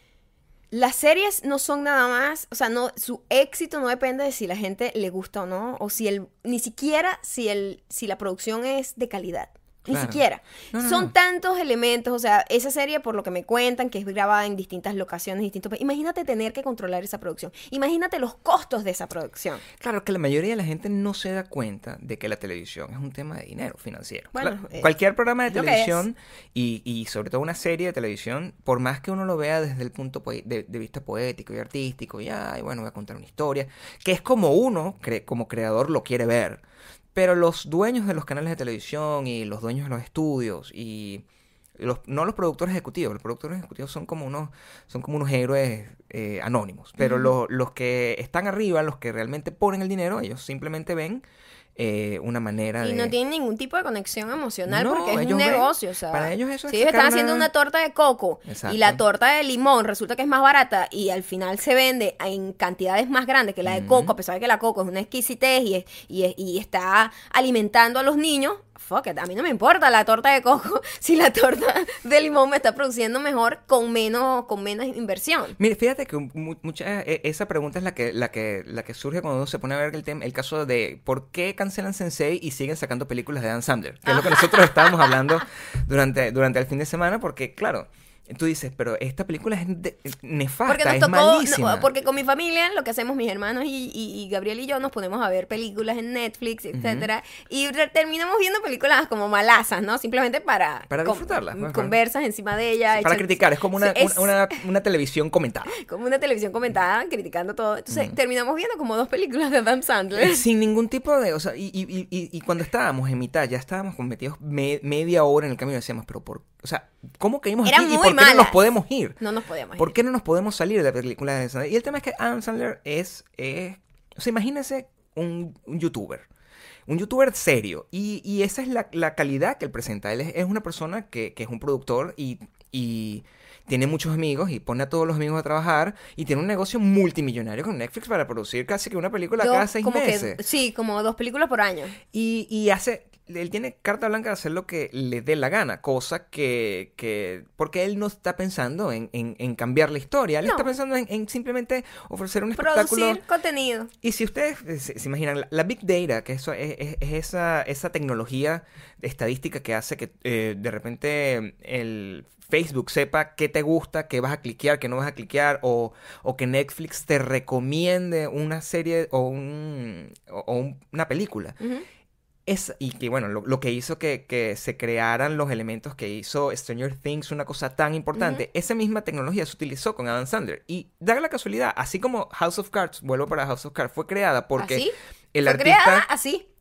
Las series no son nada más, o sea, no, su éxito no depende de si la gente le gusta o no, o si el, ni siquiera si el, si la producción es de calidad. Ni Claro. siquiera. No, no, Son no. tantos elementos, o sea, esa serie, por lo que me cuentan, que es grabada en distintas locaciones, distintos... Imagínate tener que controlar esa producción. Imagínate los costos de esa producción. Claro que la mayoría de la gente no se da cuenta de que la televisión es un tema de dinero financiero. Bueno, Cla- eh, cualquier programa de es lo que televisión y, y sobre todo una serie de televisión, por más que uno lo vea desde el punto poe- de, de vista poético y artístico, y ay, bueno, voy a contar una historia, que es como uno, cre- como creador, lo quiere ver. Pero los dueños de los canales de televisión y los dueños de los estudios y los, no los productores ejecutivos, los productores ejecutivos son como unos, son como unos héroes eh, anónimos, pero Ujú. los, los que están arriba, los que realmente ponen el dinero, ellos simplemente ven eh, una manera Y de... no tienen ningún tipo de conexión emocional No, porque es un ellos ven- negocio, o sea. para ellos eso es si ellos sacar están haciendo una- una torta de coco Exacto. y la torta de limón resulta que es más barata y al final se vende en cantidades más grandes que la de Ujú. coco, a pesar de que la coco es una exquisitez y, es- y, es- y está alimentando a los niños, fuck it, a mí no me importa la torta de coco si la torta de limón me está produciendo mejor con menos, con menos inversión. Mire, fíjate que mu- mucha, e- esa pregunta es la que, la que, la que surge cuando uno se pone a ver el tema, el caso de por qué cancelan sense eight y siguen sacando películas de Dan Sandler, que es lo que nosotros estábamos hablando durante, durante el fin de semana, porque claro, tú dices, pero esta película es de- nefasta, Porque nos es tocó, malísima. no, porque con mi familia, lo que hacemos mis hermanos y, y- y Gabriel y yo, nos ponemos a ver películas en Netflix, etcétera, y re- terminamos viendo películas como malazas, ¿no? Simplemente para... Para con- disfrutarlas, pues, conversas encima de ella. Para echan- criticar, es como una, Es una, una, una televisión comentada. como una televisión comentada, criticando todo. Entonces, terminamos viendo como dos películas de Adam Sandler. Sin ningún tipo de, o sea, y, y, y, y- y cuando estábamos en mitad, ya estábamos como metidos me- media hora en el camino, decíamos, pero por, o sea, ¿cómo caímos Eran aquí y muy por qué no nos malas. podemos ir? No nos podíamos ¿Por ir. qué no nos podemos salir de la película de Sandler? Y el tema es que Adam Sandler es, es o sea, imagínense un, un youtuber, un youtuber serio, y, y esa es la, la calidad que él presenta. Él es, es una persona que, que es un productor y, y tiene muchos amigos y pone a todos los amigos a trabajar y tiene un negocio multimillonario con Netflix para producir casi que una película Dos- cada seis como que- meses. sí, como dos películas por año. Y, y hace, él tiene carta blanca de hacer lo que le dé la gana, cosa que, que porque él no está pensando en, en, en cambiar la historia, él No. está pensando en, en simplemente ofrecer un espectáculo. Producir contenido. Y si ustedes eh, se, se imaginan, la, la Big Data, que eso es, es- es esa, esa tecnología estadística que hace que eh, de repente el Facebook sepa qué te gusta, qué vas a cliquear, qué no vas a cliquear, o, o que Netflix te recomiende una serie o, un, o, o un- una película. Ujú. Es, y que bueno, lo, lo que hizo que, que se crearan los elementos que hizo Stranger Things una cosa tan importante, esa misma tecnología se utilizó con Adam Sandler. Y da la casualidad, así como House of Cards, vuelvo para House of Cards, fue creada porque ¿Así? el Fue artista... creada así.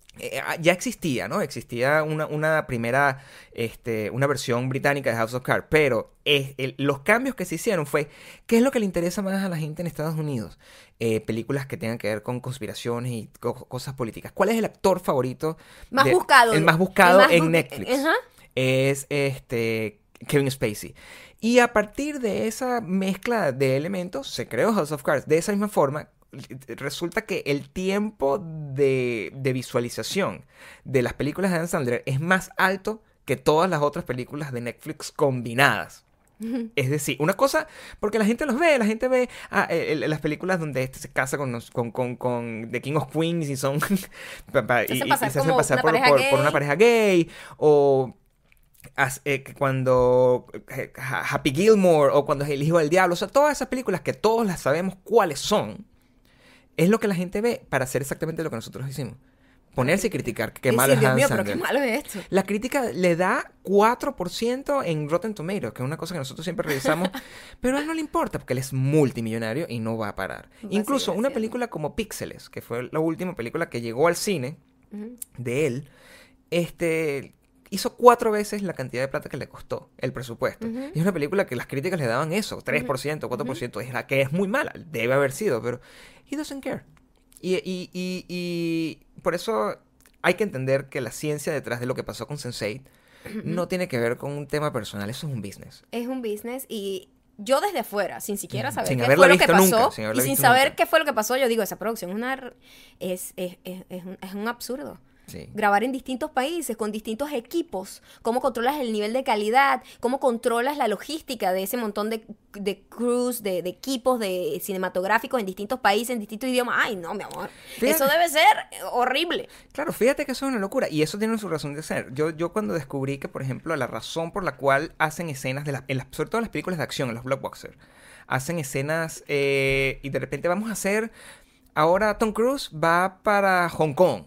eh, ya existía, ¿no? Existía una, una primera, este, una versión británica de House of Cards, pero es, el, los cambios que se hicieron fue, ¿qué es lo que le interesa más a la gente en Estados Unidos? Eh, películas que tengan que ver con conspiraciones y co cosas políticas. ¿Cuál es el actor favorito? Más de, buscado. El más buscado el más en bu Netflix. Ajá. Es este Kevin Spacey. Y a partir de esa mezcla de elementos se creó House of Cards. De esa misma forma, resulta que el tiempo de, de visualización de las películas de Adam Sandler es más alto que todas las otras películas de Netflix combinadas. Es decir, una cosa, porque la gente los ve, la gente ve ah, el, el, las películas donde este se casa con, con, con, con The King of Queens y son y, y, y se hacen pasar por, por, por una pareja gay, o as, eh, cuando eh, Happy Gilmore, o cuando es El Hijo del Diablo, o sea, todas esas películas que todos las sabemos cuáles son, es lo que la gente ve para hacer exactamente lo que nosotros hicimos. Ponerse y criticar que malo es Adam Sandler. Pero qué malo es esto. La crítica le da cuatro por ciento en Rotten Tomatoes, que es una cosa que nosotros siempre revisamos, pero a él no le importa porque él es multimillonario y no va a parar. Va Incluso a una película como Píxeles, que fue la última película que llegó al cine uh-huh. de él, este, hizo cuatro veces la cantidad de plata que le costó el presupuesto. Uh-huh. Y es una película que las críticas le daban eso, tres por ciento, cuatro por ciento, uh-huh. es la que es muy mala, debe haber sido, pero he doesn't care. Y, y, y, y por eso hay que entender que la ciencia detrás de lo que pasó con sense eight uh-huh. no tiene que ver con un tema personal, eso es un business. Es un business y yo desde afuera, sin siquiera saber sin qué fue lo que pasó, nunca, sin y sin saber nunca. qué fue lo que pasó, yo digo, esa producción es, una, es, es, es, es, un, es un absurdo. Sí. Grabar en distintos países, con distintos equipos, cómo controlas el nivel de calidad, cómo controlas la logística de ese montón de, de crews, de, de equipos de cinematográficos en distintos países, en distintos idiomas. Ay, no, mi amor, fíjate, eso debe ser horrible. Claro, fíjate que eso es una locura y eso tiene su razón de ser. Yo, yo cuando descubrí que, por ejemplo, la razón por la cual hacen escenas, de la, en las, sobre todo en las películas de acción, en los blockbusters, hacen escenas eh, y de repente vamos a hacer, ahora Tom Cruise va para Hong Kong.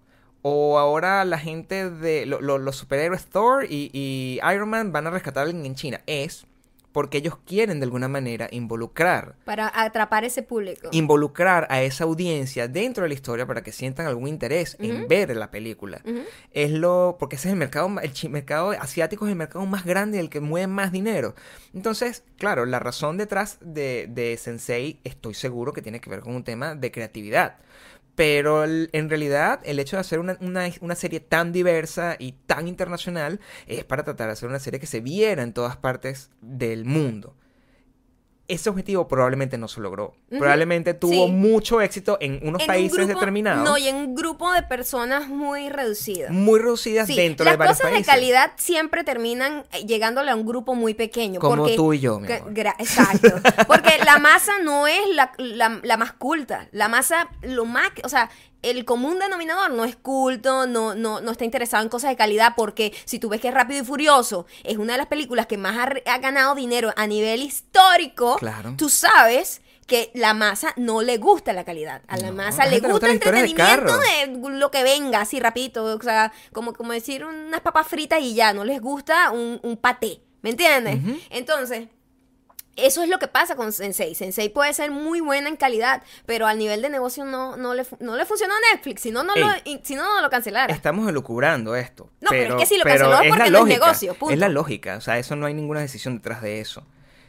O ahora la gente de lo, lo, los superhéroes Thor y, y Iron Man van a rescatar a alguien en China. Es porque ellos quieren de alguna manera involucrar. Para atrapar ese público. Involucrar a esa audiencia dentro de la historia para que sientan algún interés uh-huh. en ver la película. Uh-huh. Es lo porque ese es el mercado, el chi, mercado asiático es el mercado más grande, el que mueve más dinero. Entonces, claro, la razón detrás de, de sense eight estoy seguro que tiene que ver con un tema de creatividad. Pero el, en realidad el hecho de hacer una, una, una serie tan diversa y tan internacional es para tratar de hacer una serie que se viera en todas partes del mundo. Ese objetivo probablemente no se logró. Uh-huh. Probablemente tuvo sí. mucho éxito en unos en países un grupo, determinados. No, y en un grupo de personas muy reducidas. Muy reducidas sí. dentro Las de varios países. Las cosas de calidad siempre terminan llegándole a un grupo muy pequeño. Como porque, tú y yo, mi amor. Gra- exacto. Porque la masa no es la, la, la más culta. La masa, lo más... O sea... El común denominador no es culto, no, no, no está interesado en cosas de calidad, porque si tú ves que es Rápido y Furioso, es una de las películas que más ha, ha ganado dinero a nivel histórico, claro. Tú sabes que la masa no le gusta la calidad. A la no, masa le gusta el entretenimiento de, de lo que venga, así rapidito, o sea, como, como decir unas papas fritas y ya, no les gusta un, un paté, ¿me entiendes? Uh-huh. Entonces... Eso es lo que pasa con sense eight. sense eight puede ser muy buena en calidad, pero al nivel de negocio no, no, le, no le funcionó a Netflix, si no, no, Ey, lo, si no, no lo cancelara. Estamos elucubrando esto. No, pero, pero es que si lo canceló es porque no es negocio, punto. Es la lógica, o sea, eso no hay ninguna decisión detrás de eso.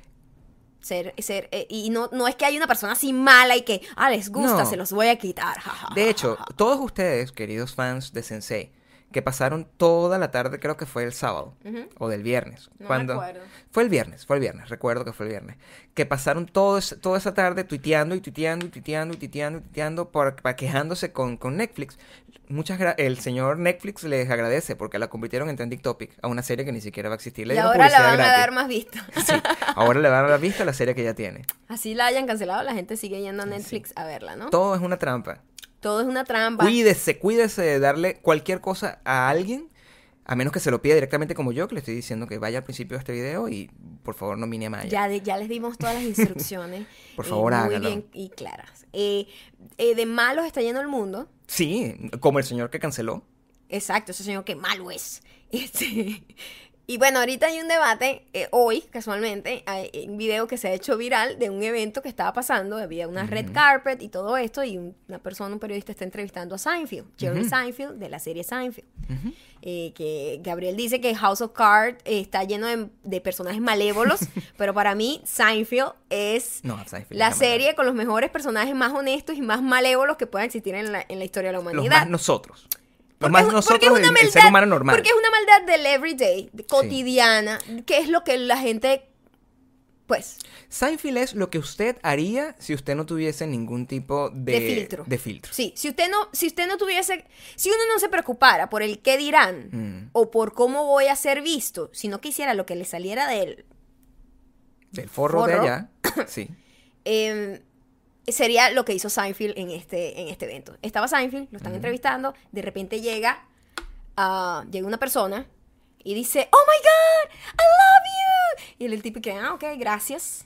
Ser, ser, eh, y no, no es que hay una persona así mala y que, ah, les gusta, no. se los voy a quitar. Ja, ja, de hecho, ja, ja. todos ustedes, queridos fans de sense eight, que pasaron toda la tarde, creo que fue el sábado, uh-huh. o del viernes. No cuando me acuerdo. Fue el viernes, fue el viernes, recuerdo que fue el viernes. Que pasaron todo ese, toda esa tarde tuiteando y tuiteando y tuiteando y tuiteando y tuiteando, por, para quejándose con, con Netflix. Muchas gra- el señor Netflix les agradece porque la convirtieron en trending topic a una serie que ni siquiera va a existir. Le y ahora le van gratis. a dar más vista. Sí, ahora le van a dar vista a la serie que ya tiene. Así la hayan cancelado, la gente sigue yendo a Netflix sí. a verla, ¿no? Todo es una trampa. Todo es una trampa. Cuídese, cuídese de darle cualquier cosa a alguien. A menos que se lo pida directamente como yo, que le estoy diciendo que vaya al principio de este video y por favor nomine a Maya. Ya, de, ya les dimos todas las instrucciones. Por favor, eh, muy hágalo. bien y claras. Eh, eh, de malos está lleno el mundo. Sí, como el señor que canceló. Exacto, ese señor que malo es. Este, Y bueno, ahorita hay un debate, eh, hoy casualmente, hay un video que se ha hecho viral de un evento que estaba pasando, había una Ujú. red carpet y todo esto, y un- una persona, un periodista está entrevistando a Seinfeld, Jerry Ujú. Seinfeld, de la serie Seinfeld. Ujú. Eh, que Gabriel dice que House of Cards eh, está lleno de, de personajes malévolos, pero para mí Seinfeld es No, Seinfeld la es serie maldad. con los mejores personajes más honestos y más malévolos que puedan existir en la, en la historia de la Los humanidad. más nosotros. Los Porque más es un- porque nosotros es una del el ser maldad- humano normal. Porque es una maldad del everyday, de- cotidiana, que es lo que la gente, pues, Seinfeld es lo que usted haría si usted no tuviese ningún tipo de, de filtro. de filtro. Sí, si usted no, si usted no tuviese, si uno no se preocupara por el qué dirán Mm. o por cómo voy a ser visto, si no quisiera lo que le saliera de él, Del forro, de Forro. allá. Sí. eh, sería lo que hizo Seinfeld en este, en este evento. Estaba Seinfeld, lo están Ujú. entrevistando, de repente llega, ah, llega una persona y dice, oh my God, I love you. Y el tipo que, ah, ok, gracias.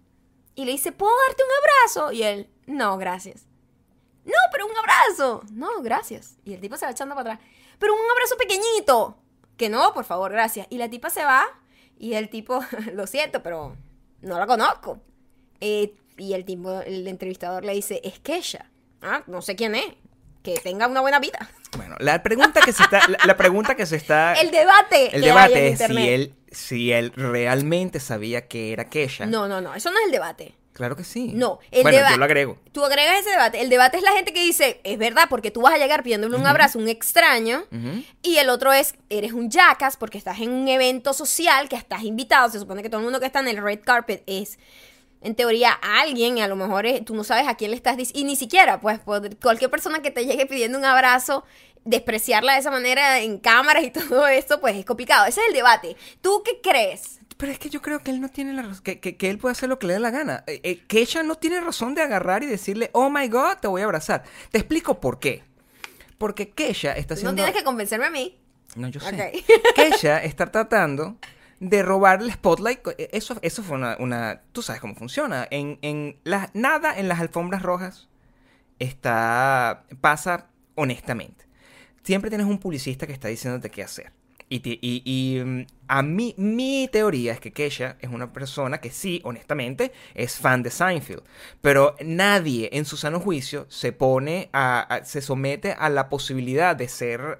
Y le dice, ¿puedo darte un abrazo? Y él, no, gracias. No, pero un abrazo. No, gracias. Y el tipo se va echando para atrás. Pero un abrazo pequeñito. Que no, por favor, gracias. Y la tipa se va y el tipo, lo siento, pero no la conozco. Eh, y el tipo, el entrevistador le dice, es Kesha. Ah, no sé quién es. Que tenga una buena vida. Bueno, la pregunta que se está... La, la pregunta que se está... El debate. el que debate hay en es si internet. él, si él realmente sabía que era Kesha. No, no, no. Eso no es el debate. Claro que sí. No, el Bueno, deba- yo lo agrego. Tú agregas ese debate. El debate es la gente que dice, es verdad, porque tú vas a llegar pidiéndole un Ujú. abrazo a un extraño. Ujú. Y el otro es, eres un jackass porque estás en un evento social que estás invitado. Se supone que todo el mundo que está en el red carpet es, en teoría, alguien. Y a lo mejor es- tú no sabes a quién le estás diciendo. Y ni siquiera, pues, pod- cualquier persona que te llegue pidiendo un abrazo, despreciarla de esa manera en cámaras y todo esto, pues es complicado. Ese es el debate. ¿Tú qué crees? Pero es que yo creo que él no tiene la razón, que, que, que él puede hacer lo que le dé la gana. Eh, eh, Kesha no tiene razón de agarrar y decirle, oh my God, te voy a abrazar. Te explico por qué. Porque Kesha está No haciendo... tienes que convencerme a mí. No, yo sé. Ok. Kesha está tratando de robar el spotlight. Eso, eso fue una, una... Tú sabes cómo funciona. En, en las, nada en las alfombras rojas está pasa honestamente. Siempre tienes un publicista que está diciéndote qué hacer. Y, ti- y, y, mm, a mí, mi teoría es que Kesha es una persona que sí, honestamente, es fan de Seinfeld. Pero nadie en su sano juicio se pone a, a- se somete a la posibilidad de ser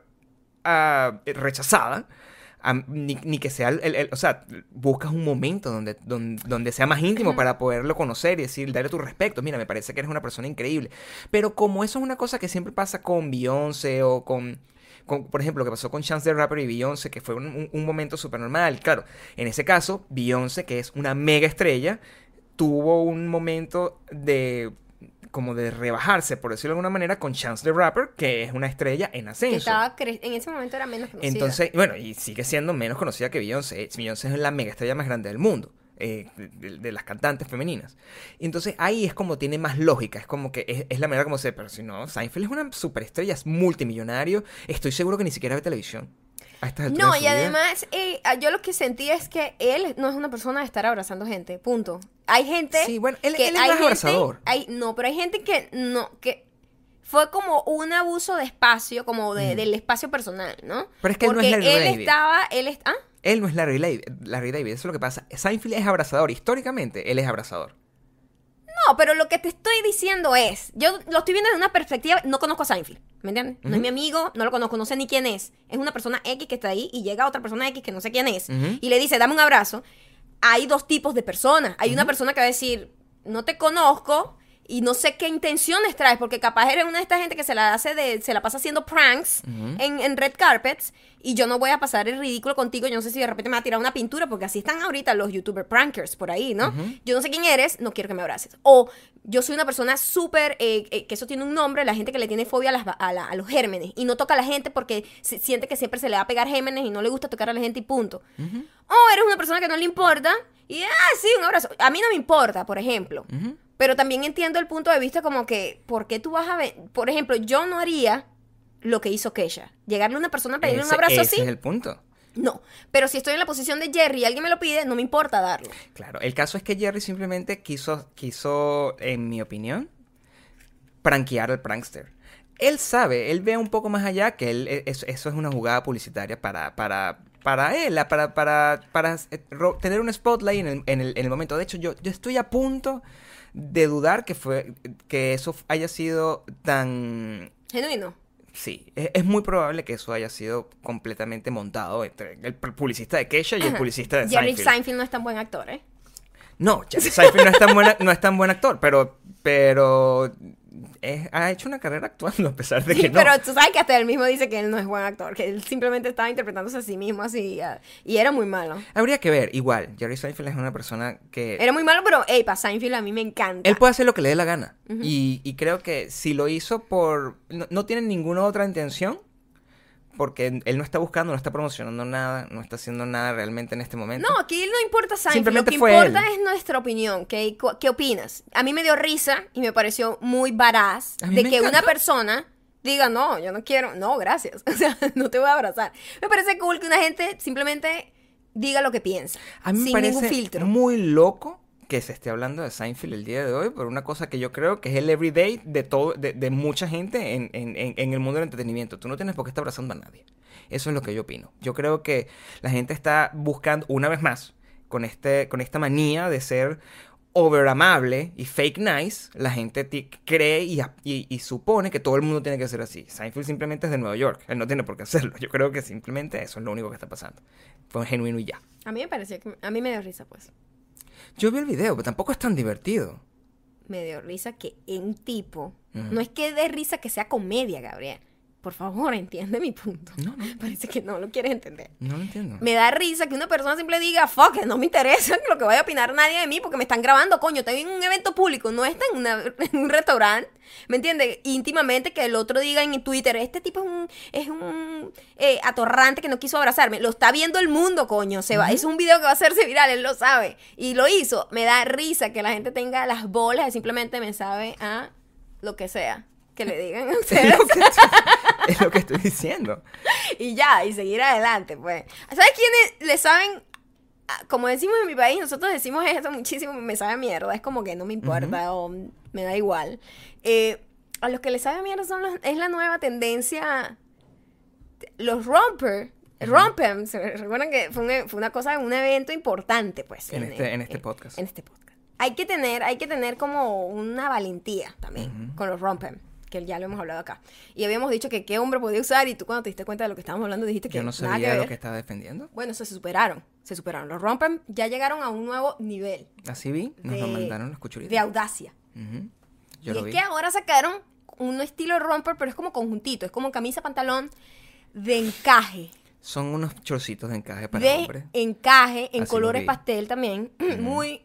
ah, rechazada. a- ni, ni que sea el, el- el- o sea, buscas un momento donde, donde, donde sea más íntimo para poderlo conocer y decir, darle tu respeto. Mira, me parece que eres una persona increíble. Pero como eso es una cosa que siempre pasa con Beyoncé o con, con, por ejemplo, lo que pasó con Chance the Rapper y Beyoncé, que fue un, un- un momento súper normal. Claro, en ese caso, Beyoncé, que es una mega estrella, tuvo un momento de como de rebajarse, por decirlo de alguna manera, con Chance the Rapper, que es una estrella en Que ascenso. estaba cre- en ese momento era menos conocida. Entonces, bueno, y sigue siendo menos conocida que Beyoncé. Beyoncé es la mega estrella más grande del mundo, eh, de, de las cantantes femeninas. Entonces, ahí es como tiene más lógica, es como que es, es la manera como se... Pero si no, Seinfeld es una superestrella, es multimillonario. Estoy seguro que ni siquiera ve televisión a estas alturas No, de su y vida. además, eh, yo lo que sentí es que él no es una persona de estar abrazando gente, punto. Hay gente Sí, bueno, él- que él es hay más gente- abrazador. hay- no, pero hay gente que no, que fue como un abuso de espacio, como de, del espacio personal, ¿no? Pero es que él no es Porque Larry él David. estaba, él es, ¿ah? Él no es Larry, David, Larry David, eso es lo que pasa. Seinfeld es abrazador, históricamente él es abrazador. No, pero lo que te estoy diciendo es, yo lo estoy viendo desde una perspectiva, no conozco a Seinfeld, ¿me entiendes? No es Ujú. mi amigo, no lo conozco, no sé ni quién es. Es una persona X que está ahí y llega otra persona X que no sé quién es Ujú. y le dice, dame un abrazo. Hay dos tipos de personas. Hay una persona que va a decir, no te conozco y no sé qué intenciones traes, porque capaz eres una de estas gente que se la hace de, se la pasa haciendo pranks Ujú. en, en red carpets y yo no voy a pasar el ridículo contigo. Yo no sé si de repente me va a tirar una pintura, porque así están ahorita los youtuber prankers por ahí, ¿no? Ujú. Yo no sé quién eres, no quiero que me abraces. O yo soy una persona súper, eh, eh, que eso tiene un nombre, la gente que le tiene fobia a, las, a, la- a los gérmenes y no toca a la gente porque se- siente que siempre se le va a pegar gérmenes y no le gusta tocar a la gente y punto. Ujú. O eres una persona que no le importa y, ah, sí, un abrazo. A mí no me importa, por ejemplo. Ujú. Pero también entiendo el punto de vista como que, ¿por qué tú vas a ver? Por ejemplo, yo no haría lo que hizo Kesha. Llegarle a una persona a pedirle un Ese- abrazo ese así, es el punto. no. Pero si estoy en la posición de Jerry y alguien me lo pide, no me importa darlo. Claro, el caso es que Jerry simplemente quiso, quiso, en mi opinión, prankear al prankster. Él sabe, él ve un poco más allá que él, es- eso es una jugada publicitaria para, para, para él, para, para, para eh, ro- tener un spotlight en el, en el, en el momento. De hecho, yo, yo estoy a punto de dudar que fue que eso haya sido tan... Genuino. Sí, es, es muy probable que eso haya sido completamente montado entre el publicista de Kesha y el publicista de Jerry Seinfeld. Seinfeld no es tan buen actor, ¿eh? No, Jerry Seinfeld no es tan, buena, no es tan buen actor, pero, pero es- ha hecho una carrera actuando a pesar de que Sí, no. pero tú sabes que hasta él mismo dice que él no es buen actor, que él simplemente estaba interpretándose a sí mismo así, ah, y era muy malo. Habría que ver, igual, Jerry Seinfeld es una persona que... Era muy malo, pero, hey, para Seinfeld a mí me encanta. Él puede hacer lo que le dé la gana. y, y creo que si lo hizo por... No, no tiene ninguna otra intención, porque él no está buscando, no está promocionando nada, no está haciendo nada realmente en este momento. No, aquí no importa Seinfeld, Simplemente lo que fue importa él. es nuestra opinión. ¿Qué, cu- ¿Qué opinas? A mí me dio risa y me pareció muy baraz A mí de me que una encanta. persona diga, no, yo no quiero, no, gracias, o sea, no te voy a abrazar. Me parece cool que una gente simplemente diga lo que piensa, A mí me sin parece ningún filtro. muy loco que se esté hablando de Seinfeld el día de hoy por una cosa que yo creo que es el everyday de todo, de, de mucha gente en, en, en, en el mundo del entretenimiento. Tú no tienes por qué estar abrazando a nadie. Eso es lo que yo opino. Yo creo que la gente está buscando, una vez más, con este, con esta manía de ser overamable y fake nice, la gente ti- cree y, y, y supone que todo el mundo tiene que ser así. Seinfeld simplemente es de Nueva York. Él no tiene por qué hacerlo. Yo creo que simplemente eso es lo único que está pasando. Fue genuino y ya. A mí me pareció que, a mí me dio risa, pues. Yo vi el video, pero tampoco es tan divertido. Me dio risa que un tipo, Ujú. no es que dé risa que sea comedia, Gabriel. Por favor, entiende mi punto. No, no. Parece que no lo quieres entender. No lo entiendo. Me da risa que una persona simple diga, fuck, it, no me interesa lo que vaya a opinar nadie de mí porque me están grabando, coño, estoy en un evento público, no está en, una- en un restaurante, ¿me entiendes? Íntimamente que el otro diga en Twitter, este tipo es un, es un eh, atorrante que no quiso abrazarme, lo está viendo el mundo, coño, se va, es un video que va a hacerse viral, él lo sabe, y lo hizo. Me da risa que la gente tenga las bolas y simplemente me sabe a lo que sea que le digan a Es ustedes. lo, que, es lo que estoy diciendo. Y ya, y seguir adelante, pues. ¿Sabes quiénes le saben? Ah, como decimos en mi país, nosotros decimos esto muchísimo, me sabe a mierda, es como que no me importa o me da igual. Eh, a los que les sabe a mierda son los, es la nueva tendencia, los romper, rompen, ¿se recuerdan que fue, un- fue una cosa, un evento importante, pues? En este- en este podcast. En este podcast. Hay que tener, hay que tener como una valentía también con los rompen, que ya lo hemos hablado acá. Y habíamos dicho que qué hombre podía usar y tú cuando te diste cuenta de lo que estábamos hablando dijiste que Yo no nada sabía que lo ver. que estaba defendiendo. Bueno, eso se superaron, se superaron. Los rompen ya llegaron a un nuevo nivel Así vi, nos lo de, mandaron los cuchuritos. de audacia. Ujú. Yo y lo es vi. que ahora sacaron un estilo romper, pero es como conjuntito, es como camisa, pantalón de encaje. Son unos chorcitos de encaje para de hombres. encaje en Así lo colores vi. pastel también, muy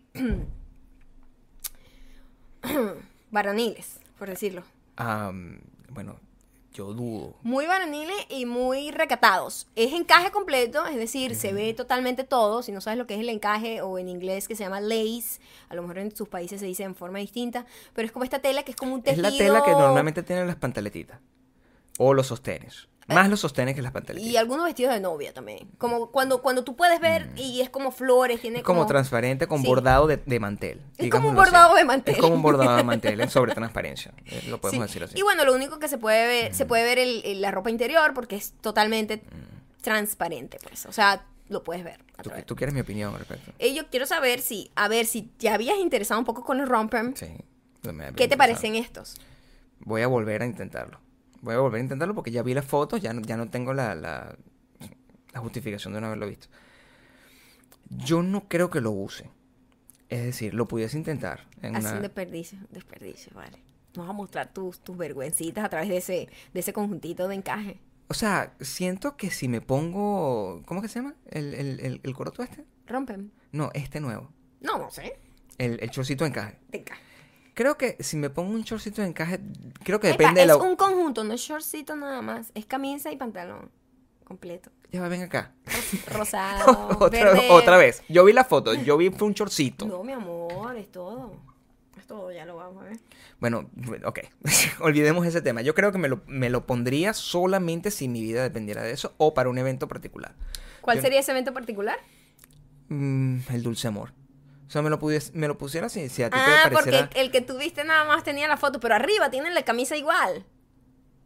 varoniles, por decirlo. Am, bueno, yo dudo. Muy varoniles y muy recatados. Es encaje completo, es decir, se ve totalmente todo. Si no sabes lo que es el encaje, o en inglés que se llama lace, a lo mejor en sus países se dice en forma distinta, pero es como esta tela que es como un Es tejido. la tela que normalmente tienen las pantaletitas. O los sostenes. Más los sostenes que las pantaletitas. Y algunos vestidos de novia también. Como cuando, cuando tú puedes ver y es como flores, tiene Es como transparente con Sí. bordado de, de mantel. Es como un digámoslo así. bordado de mantel. Es como un bordado de mantel en sobre transparencia. Eh, Lo podemos Sí. decir así. Y bueno, lo único que se puede ver, se puede ver el- el- la ropa interior porque es totalmente transparente, pues. O sea, lo puedes ver. a ¿Tú, través. tú quieres mi opinión al respecto? Eh, yo quiero saber si, a ver, si te habías interesado un poco con los romper, Sí. no me había ¿qué te interesado. parecen estos? Voy a volver a intentarlo. Voy a volver a intentarlo porque ya vi las fotos, ya no, ya no tengo la, la, la justificación de no haberlo visto. Yo no creo que lo use. Es decir, lo pudiese intentar. En Así una... un desperdicio, desperdicio, vale. Nos vas a mostrar tus, tus vergüencitas a través de ese, de ese conjuntito de encaje. O sea, siento que si me pongo... ¿Cómo que se llama? ¿El, el, el, el coroto este? Rompen. No, este nuevo. No, no sé. El, el chorcito de encaje. De encaje. Creo que si me pongo un chorcito de encaje, creo que Epa, depende de es la... un conjunto, no es shortcito nada más. Es camisa y pantalón completo. Ya va, ven acá. Rosado, otra, verde. otra vez. Yo vi la foto, yo vi fue un chorcito. No, mi amor, es todo. Es todo, ya lo vamos a ver. Bueno, ok. Olvidemos ese tema. Yo creo que me lo, me lo pondría solamente si mi vida dependiera de eso o para un evento particular. ¿Cuál Yo- sería ese evento particular? Mm, el dulce amor. O sea, me lo, pudies- me lo pusiera si, si a ti Ah, te pareciera... porque el que tuviste nada más tenía la foto, pero arriba tienen la camisa igual.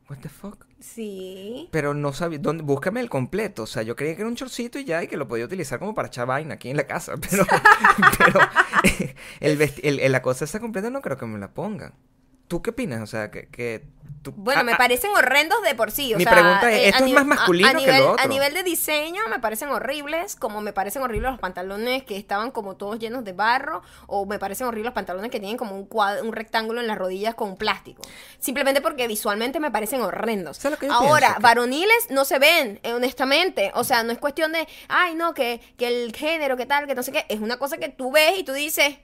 What the fuck? Sí. Pero no sabía, ¿dónde? Búscame el completo. O sea, yo creía que era un shortcito y ya, y que lo podía utilizar como para echar vaina aquí en la casa. Pero, pero el, vesti- el- el- la cosa esa completa no creo que me la pongan. ¿Tú qué opinas? O sea, que, que tú... Bueno, ah, me ah, parecen horrendos de por sí. O Mi sea, pregunta es, eh, ¿esto a es nive- más masculino a, a que nivel, lo otro? A nivel de diseño me parecen horribles, como me parecen horribles los pantalones que estaban como todos llenos de barro, o me parecen horribles los pantalones que tienen como un cuadro, un rectángulo en las rodillas con plástico. Simplemente porque visualmente me parecen horrendos. ¿Sabes lo que yo Ahora, pienso? Que- varoniles no se ven, eh, honestamente. O sea, no es cuestión de, ay, no, que, que el género, que tal, que no sé qué. Es una cosa que tú ves y tú dices...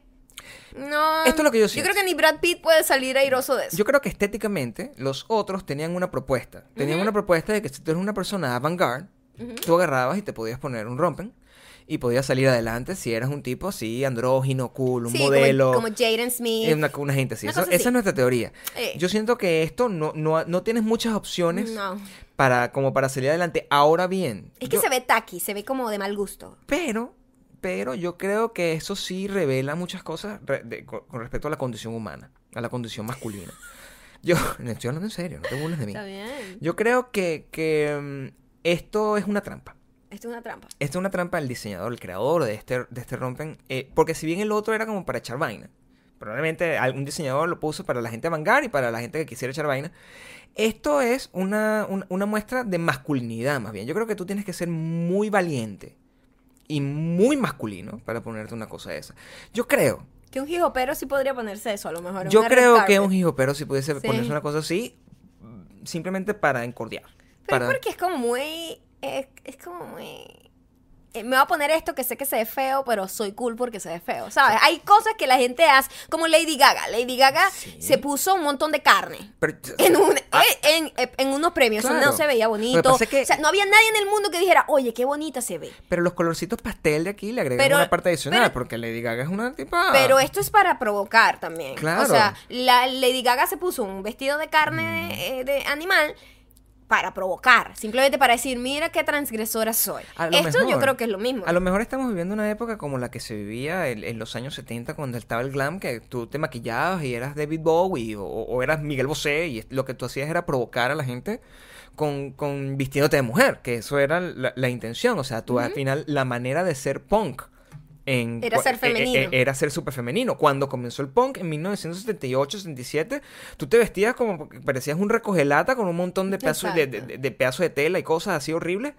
No, Esto es lo que yo yo siento. creo que ni Brad Pitt puede salir airoso de eso. Yo creo que estéticamente los otros tenían una propuesta. Tenían una propuesta de que si tú eres una persona avant-garde, tú agarrabas y te podías poner un rompen y podías salir adelante si eras un tipo así, andrógino, cool, un Sí, modelo. como, como Jaden Smith. eh, Una, una gente así. Una Eso- cosa esa así. es nuestra teoría. Eh. Yo siento que esto no, no, no tienes muchas opciones No. para, como para salir adelante. Ahora bien. Es que yo- se ve tacky, se ve como de mal gusto. Pero, pero yo creo que eso sí revela muchas cosas re- de- con, con respecto a la condición humana, a la condición masculina. Yo, estoy hablando en serio, no te burles de mí. Está bien. Yo creo que, que mm, esto es una trampa. Esto es una trampa. Esto es una trampa del diseñador, el creador de este, de este rompen. eh, porque si bien el otro era como para echar vaina, probablemente algún diseñador lo puso para la gente avant-garde y para la gente que quisiera echar vaina. Esto es una, un- una muestra de masculinidad, más bien. Yo creo que tú tienes que ser muy valiente y muy masculino para ponerte una cosa de esa. Yo creo, Que un hijopero sí podría ponerse eso, a lo mejor. en yo una red creo que carpet. un hijopero si pudiese Sí. ponerse una cosa así, simplemente para encordiar. Pero para... es porque es como muy... Es, es como muy... eh, Me voy a poner esto que sé que se ve feo, pero soy cool porque se ve feo, ¿sabes? Hay cosas que la gente hace, como Lady Gaga. Lady Gaga Sí. se puso un montón de carne. Pero- En, un, Ah, eh, en, eh, en unos premios, eso claro. no se veía Lo que bonito. pasa es que- O sea, no había nadie en el mundo que dijera, oye, qué bonita se ve. Pero los colorcitos pastel de aquí le agregan Pero- una parte adicional, pero- porque Lady Gaga es una tipa... Pero esto es para provocar también. Claro. O sea, la Lady Gaga se puso un vestido de carne Mm. de, eh, de animal para provocar. Simplemente para decir, mira qué transgresora soy. A lo Esto yo mejor- creo que es lo mismo. A lo mejor estamos viviendo una época como la que se vivía en, en los años setenta cuando estaba el glam, que tú te maquillabas y eras David Bowie o, o eras Miguel Bosé y lo que tú hacías era provocar a la gente con, con vistiéndote de mujer, que eso era la, la intención. O sea, tú al final la manera de ser punk en, Era ser eh, eh, femenino. eh, era ser súper femenino. Cuando comenzó el punk en mil novecientos setenta y ocho, setenta y siete, tú te vestías como que parecías un recogelata con un montón de pedazos de, de, Exacto. de- de pedazos de tela y cosas así horribles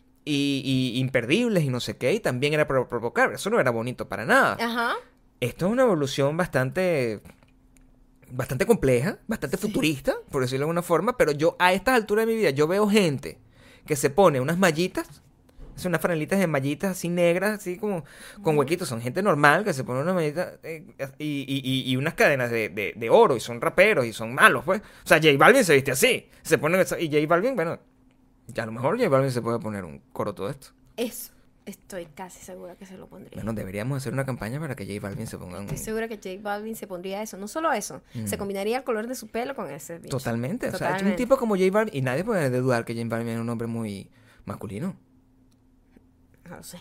y, y imperdibles y no sé qué, y también era para provocar. Eso no era bonito para nada. Ajá. Esto es una evolución bastante bastante compleja, bastante futurista, por decirlo de alguna forma, pero yo a estas alturas de mi vida yo veo gente que se pone unas mallitas, son unas franelitas de mallitas así negras, así como con huequitos, son gente normal que se pone unas mallitas eh, y, y- y- y unas cadenas de, de- de oro y son raperos y son malos, pues. O sea, J Balvin se viste así, se pone esa- y J Balvin, bueno, ya a lo mejor J Balvin se puede poner un coro todo esto. Eso. Estoy casi segura que se lo pondría. Bueno, deberíamos hacer una campaña para que J Balvin se ponga un... Estoy segura que J Balvin se pondría eso. No solo eso, se combinaría el color de su pelo con ese bicho. Totalmente. O sea, es un Totalmente. tipo como J Balvin. Y nadie puede dudar que J Balvin es un hombre muy masculino. No lo sé.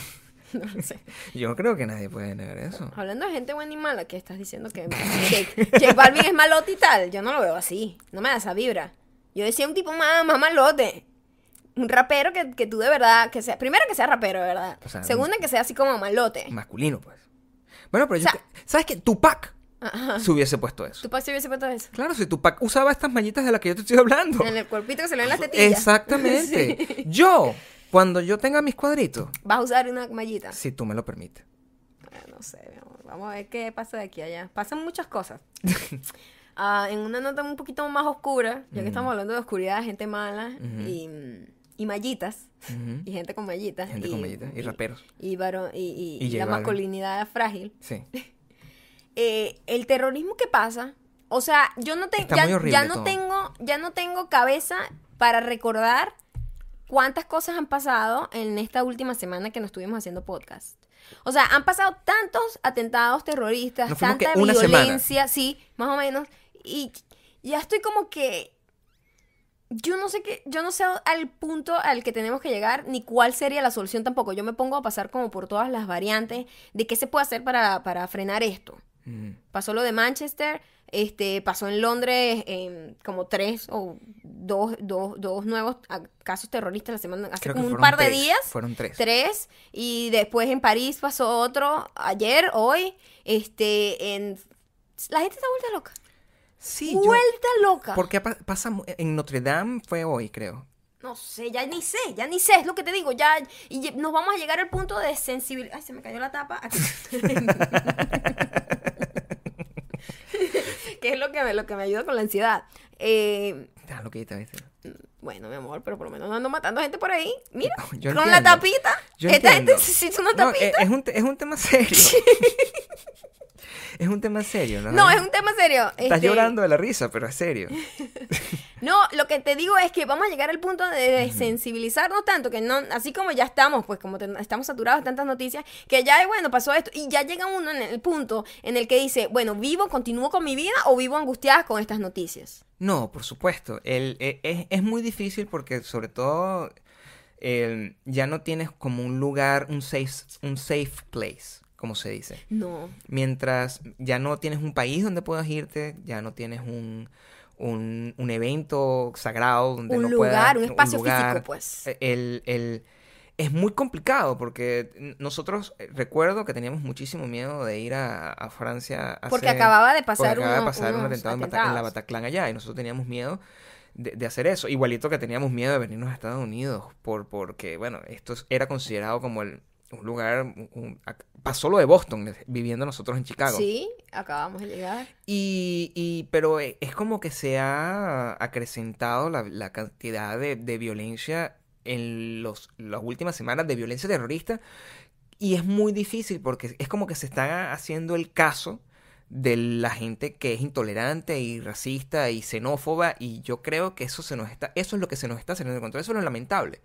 No lo sé. Yo no creo que nadie puede negar eso. Hablando de gente buena y mala, que estás diciendo que J, J Balvin es malote y tal. Yo no lo veo así. No me da esa vibra. Yo decía un tipo más, más malote. Un rapero que, que tú de verdad, que sea, primero que sea rapero, de verdad. O sea, Segunda que sea así como malote. Masculino, pues. Bueno, pero yo... O sea- que- ¿Sabes qué? Tupac Ajá. se hubiese puesto eso. ¿Tu se hubiese puesto eso? Claro, si Tupac usaba estas mallitas de las que yo te estoy hablando. En el cuerpito que se le ven las tetillas. Exactamente. Sí. Yo, cuando yo tenga mis cuadritos, Vas a usar una mallita. si tú me lo permites. Eh, No sé, mi amor. Vamos a ver qué pasa de aquí a allá. Pasan muchas cosas. Ah, en una nota un poquito más oscura, ya que estamos hablando de oscuridad, gente mala y, y mallitas, Ujú. y gente con mallitas. Gente con mallitas y raperos. Y, varón- y, y- Y y J la Balvin. masculinidad frágil. Sí. Eh, el terrorismo que pasa, o sea, yo no, te- Está ya, muy horrible ya no todo. tengo ya no tengo cabeza para recordar cuántas cosas han pasado en esta última semana que nos estuvimos haciendo podcast. O sea, han pasado tantos atentados terroristas, Nos fuimos tanta que una violencia, sí, más o menos, y ya estoy como que yo no sé qué, yo no sé al punto al que tenemos que llegar, ni cuál sería la solución tampoco. Yo me pongo a pasar como por todas las variantes de qué se puede hacer para, para frenar esto. Mm. Pasó lo de Manchester, Este, pasó en Londres eh, como tres o dos, dos, dos nuevos a- casos terroristas la semana, hace Creo que como un fueron par de tres, días. fueron tres. Tres. Y después en París pasó otro, ayer, hoy. Este, en... La gente está vuelta loca. Sí, yo... Vuelta loca. Porque pa- pasa mu- en Notre Dame fue hoy, creo. No sé, ya ni sé, ya ni sé, es lo que te digo, ya, y lle- nos vamos a llegar al punto de sensibilidad. Ay, se me cayó la tapa. Aquí. Que es lo que me, lo que me ayuda con la ansiedad. Eh, Ah, lo que te ¿viste? bueno, mi amor, pero por lo menos no ando matando gente por ahí. Mira, Yo con la entiendo. tapita. Yo Esta gente entiendo. necesita una No, tapita. es, es un, te- es un tema serio. Es un tema serio, ¿no? No, es un tema serio. Estás Este, llorando de la risa, pero es serio. No, lo que te digo es que vamos a llegar al punto de sensibilizarnos tanto que no, así como ya estamos, pues como te- estamos saturados de tantas noticias, que ya, bueno, pasó esto y ya llega uno en el punto en el que dice, bueno, vivo, continúo con mi vida o vivo angustiada con estas noticias. No, por supuesto. El, e- es, es muy difícil porque sobre todo el- ya no tienes como un lugar, un safe, un safe place, como se dice. No. Mientras ya no tienes un país donde puedas irte, ya no tienes un, un, un evento sagrado donde Un no lugar, puedas... un espacio lugar. físico, pues. El, el, es muy complicado porque nosotros, eh, recuerdo que teníamos muchísimo miedo de ir a, a Francia hace- Porque acababa de porque pasar acaba de unos- pasar un unos atentado en, Bata- en la atentados. Bataclan allá y nosotros teníamos miedo de, de hacer eso. Igualito que teníamos miedo de venirnos a Estados Unidos por, porque, bueno, esto es- era considerado como el, un lugar... un- un- ac- pasó lo de Boston, viviendo nosotros en Chicago. Sí, acabamos de llegar. Y, y, pero e- es como que se ha acrecentado la, la cantidad de, de violencia en los, las últimas semanas, de violencia terrorista, y es muy difícil porque es como que se está haciendo el caso de la gente que es intolerante y racista y xenófoba, y yo creo que eso se nos está, eso es lo que se nos está saliendo de control, eso es lo lamentable,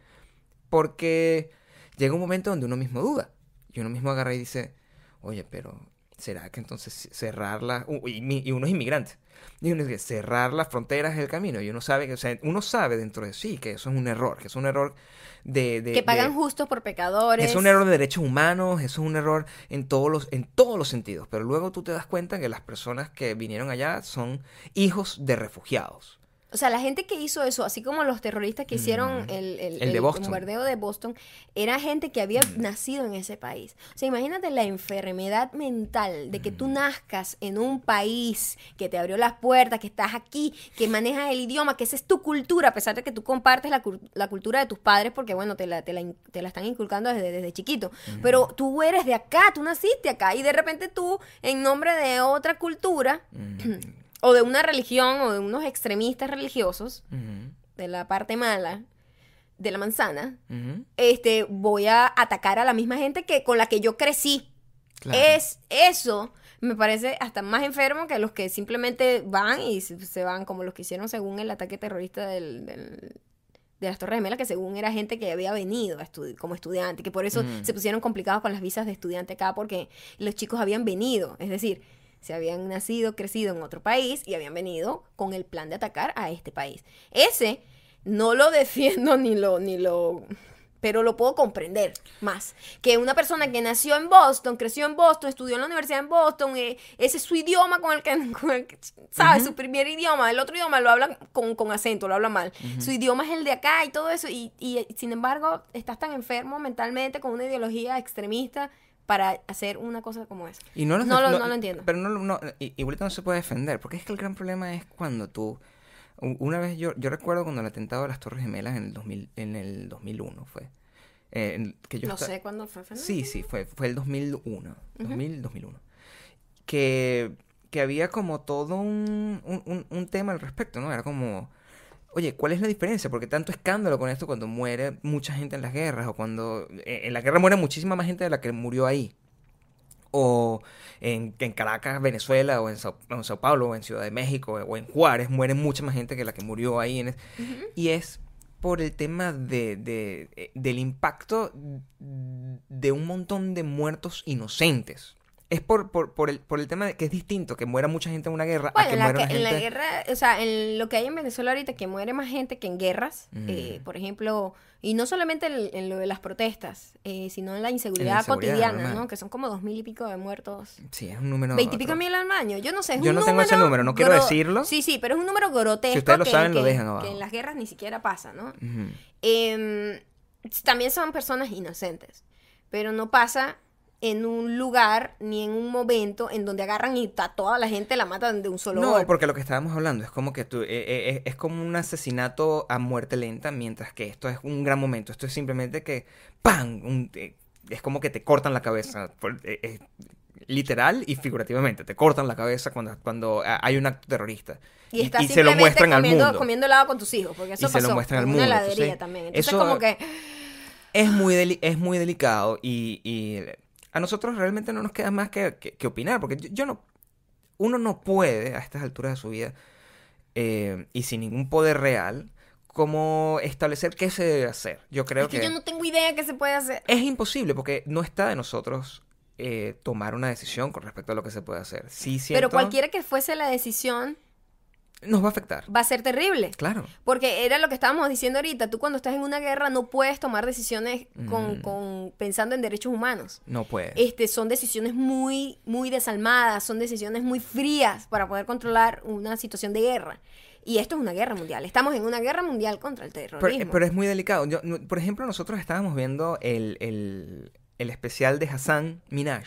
porque llega un momento donde uno mismo duda, y uno mismo agarra y dice, oye, pero ¿será que entonces cerrar las... Uh, y, mi- y uno es inmigrante. Y uno dice, cerrar las fronteras es el camino. Y uno sabe que, o sea, uno sabe dentro de sí que eso es un error, que es un error de... de Que pagan de- justos por pecadores. es un error de derechos humanos, eso es un error en todos los, en todos los sentidos. Pero luego tú te das cuenta que las personas que vinieron allá son hijos de refugiados. O sea, la gente que hizo eso, así como los terroristas que hicieron Mm. el, el, El de el Boston. bombardeo de Boston, era gente que había Mm. nacido en ese país. O sea, imagínate la enfermedad mental de que tú nazcas en un país que te abrió las puertas, que estás aquí, que manejas el idioma, que esa es tu cultura, a pesar de que tú compartes la, cul- la cultura de tus padres, porque bueno, te la, te la, in- te la están inculcando desde, desde chiquito. Pero tú eres de acá, tú naciste acá, y de repente tú, en nombre de otra cultura, Mm. o de una religión o de unos extremistas religiosos, Ujú, de la parte mala de la manzana, ujú, este, voy a atacar a la misma gente que con la que yo crecí. claro. Es eso, me parece hasta más enfermo que los que simplemente van y se, se van, como los que hicieron según el ataque terrorista del, del- de las Torres Gemelas, que según era gente que había venido a estu- como estudiante, que por eso Mm. se pusieron complicados con las visas de estudiante acá, porque los chicos habían venido, es decir, se habían nacido, crecido en otro país y habían venido con el plan de atacar a este país. Ese no lo defiendo ni lo, ni lo, pero lo puedo comprender más. Que una persona que nació en Boston, creció en Boston, estudió en la universidad en Boston, eh, ese es su idioma con el que, con el que ¿sabes? Ujú. Su primer idioma, el otro idioma lo habla con, con acento, lo habla mal. Su idioma es el de acá y todo eso, y, y sin embargo estás tan enfermo mentalmente con una ideología extremista para hacer una cosa como esa. Y no, los No def- lo- no lo entiendo. Pero no, lo- no, i- igualito no se puede defender, porque es que el gran problema es cuando tú... u- Una vez yo, yo recuerdo cuando el atentado de las Torres Gemelas en el, dos mil, en el dos mil uno fue. eh, en- que yo No esta- sé cuándo fue, Fernando. Sí, sí, fue, fue el dos mil uno. dos mil, dos mil uno. Que, que había como todo un, un, un- un tema al respecto, ¿no? Era como... Oye, ¿cuál es la diferencia? Porque tanto escándalo con esto cuando muere mucha gente en las guerras o cuando eh, en la guerra muere muchísima más gente de la que murió ahí. O en, en Caracas, Venezuela, o en Sao, en Sao Paulo, o en Ciudad de México, o en Juárez, muere mucha más gente que la que murió ahí. En es- Y es por el tema de, de- eh, del impacto de un montón de muertos inocentes. es por, por, por, el, por el tema de que es distinto, que muera mucha gente en una guerra Bueno, a que en la, muera que- una en la gente... guerra, o sea, en lo que hay en Venezuela ahorita, que muere más gente que en guerras, Mm. eh, por ejemplo, y no solamente en, en lo de las protestas, eh, sino en la inseguridad, En la inseguridad, cotidiana, normal. ¿no? Que son como dos mil y pico de muertos. Sí, es un número... Veintipico otro. mil al año, yo no sé, es Yo un no tengo ese número, no quiero gro- decirlo. Sí, sí, pero es un número grotesco. Si ustedes lo que- saben, lo que- dejan abajo. Que en las guerras ni siquiera pasa, ¿no? Ujú. Em, también son personas inocentes, pero no pasa en un lugar ni en un momento en donde agarran y a toda la gente la matan de un solo No, golpe. porque lo que estábamos hablando es como que tú, eh, eh, eh, es como un asesinato a muerte lenta, mientras que esto es un gran momento. Esto es simplemente que ¡pam! Un- eh, es como que te cortan la cabeza. por- eh, eh, literal y figurativamente. Te cortan la cabeza cuando, cuando ah, hay un acto terrorista. Y, estás y se lo simplemente muestran comiendo, al mundo. comiendo helado con tus hijos, porque eso Y se lo pasó muestran en al una mundo, heladería entonces, también. Entonces eso- como que Es muy, deli- es muy delicado y, y a nosotros realmente no nos queda más que, que- que opinar, porque yo, yo no... Uno no puede, a estas alturas de su vida, eh, y sin ningún poder real, como establecer qué se debe hacer. Yo creo es que, que, yo no tengo idea qué se puede hacer. es imposible, porque no está de nosotros eh, tomar una decisión con respecto a lo que se puede hacer. Sí siento... Pero cualquiera que fuese la decisión Nos va a afectar. va a ser terrible. Claro. Porque era lo que estábamos diciendo ahorita. Tú cuando estás en una guerra no puedes tomar decisiones con, Mm. con pensando en derechos humanos. No puede. Este, son decisiones muy, muy desalmadas, son decisiones muy frías para poder controlar una situación de guerra. Y esto es una guerra mundial. Estamos en una guerra mundial contra el terrorismo. Pero, pero es muy delicado. Yo, no- por ejemplo, nosotros estábamos viendo el, el, el especial de Hassan Minaj,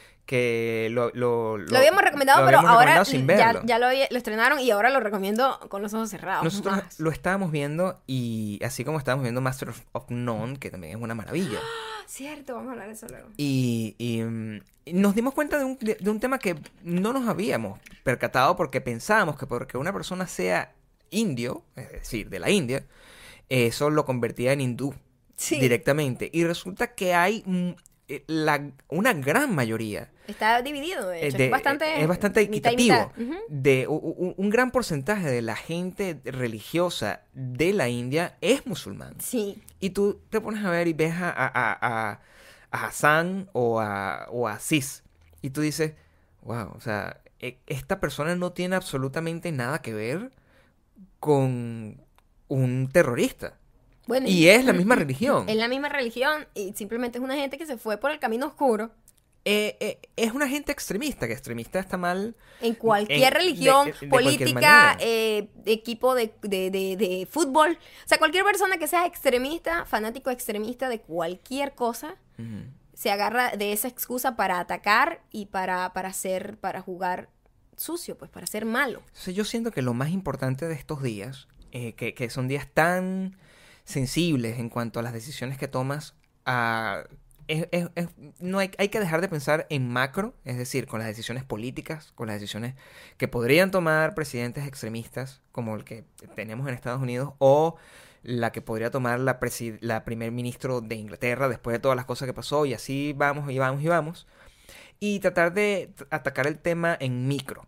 que lo... Lo, lo habíamos recomendado, lo pero habíamos ahora recomendado sin ya, verlo. ya lo, había- lo estrenaron y ahora lo recomiendo con los ojos cerrados. Nosotros más. lo estábamos viendo y así como estábamos viendo Master of, of None, que también es una maravilla. Ah, cierto, vamos a hablar de eso luego. Y, y, mm, y nos dimos cuenta de un, de, de un tema que no nos habíamos percatado porque pensábamos que porque una persona sea indio, es decir, de la India, eso lo convertía en hindú Sí. directamente. Y resulta que hay mm, eh, la, una gran mayoría Está dividido, de eh, hecho. de- es bastante, es bastante mitad y equitativo. mitad. Ujú. De u- u- un gran porcentaje de la gente religiosa de la India es musulmán. Sí. Y tú te pones a ver y ves a, a, a, a- a Hassan o a, o a Aziz y tú dices, wow, o sea, e- esta persona no tiene absolutamente nada que ver con un terrorista. Bueno, Y es la misma religión. Es la misma religión y simplemente es una gente que se fue por el camino oscuro. Eh, eh, es una gente extremista, que extremista está mal. En cualquier En- de- religión, de cualquier política, manera. eh, equipo de, de, de, de fútbol. O sea, cualquier persona que sea extremista, fanático extremista de cualquier cosa, Ujú. se agarra de esa excusa para atacar y para, para hacer, para jugar sucio, pues para ser malo. Entonces yo siento que lo más importante de estos días, eh, que, que son días tan sensibles en cuanto a las decisiones que tomas, ah, es- es- es- no hay, hay que dejar de pensar en macro, es decir, con las decisiones políticas, con las decisiones que podrían tomar presidentes extremistas, como el que tenemos en Estados Unidos, o la que podría tomar la, presi- la primer ministro de Inglaterra después de todas las cosas que pasó, y así vamos y vamos y vamos. Y tratar de t- atacar el tema en micro.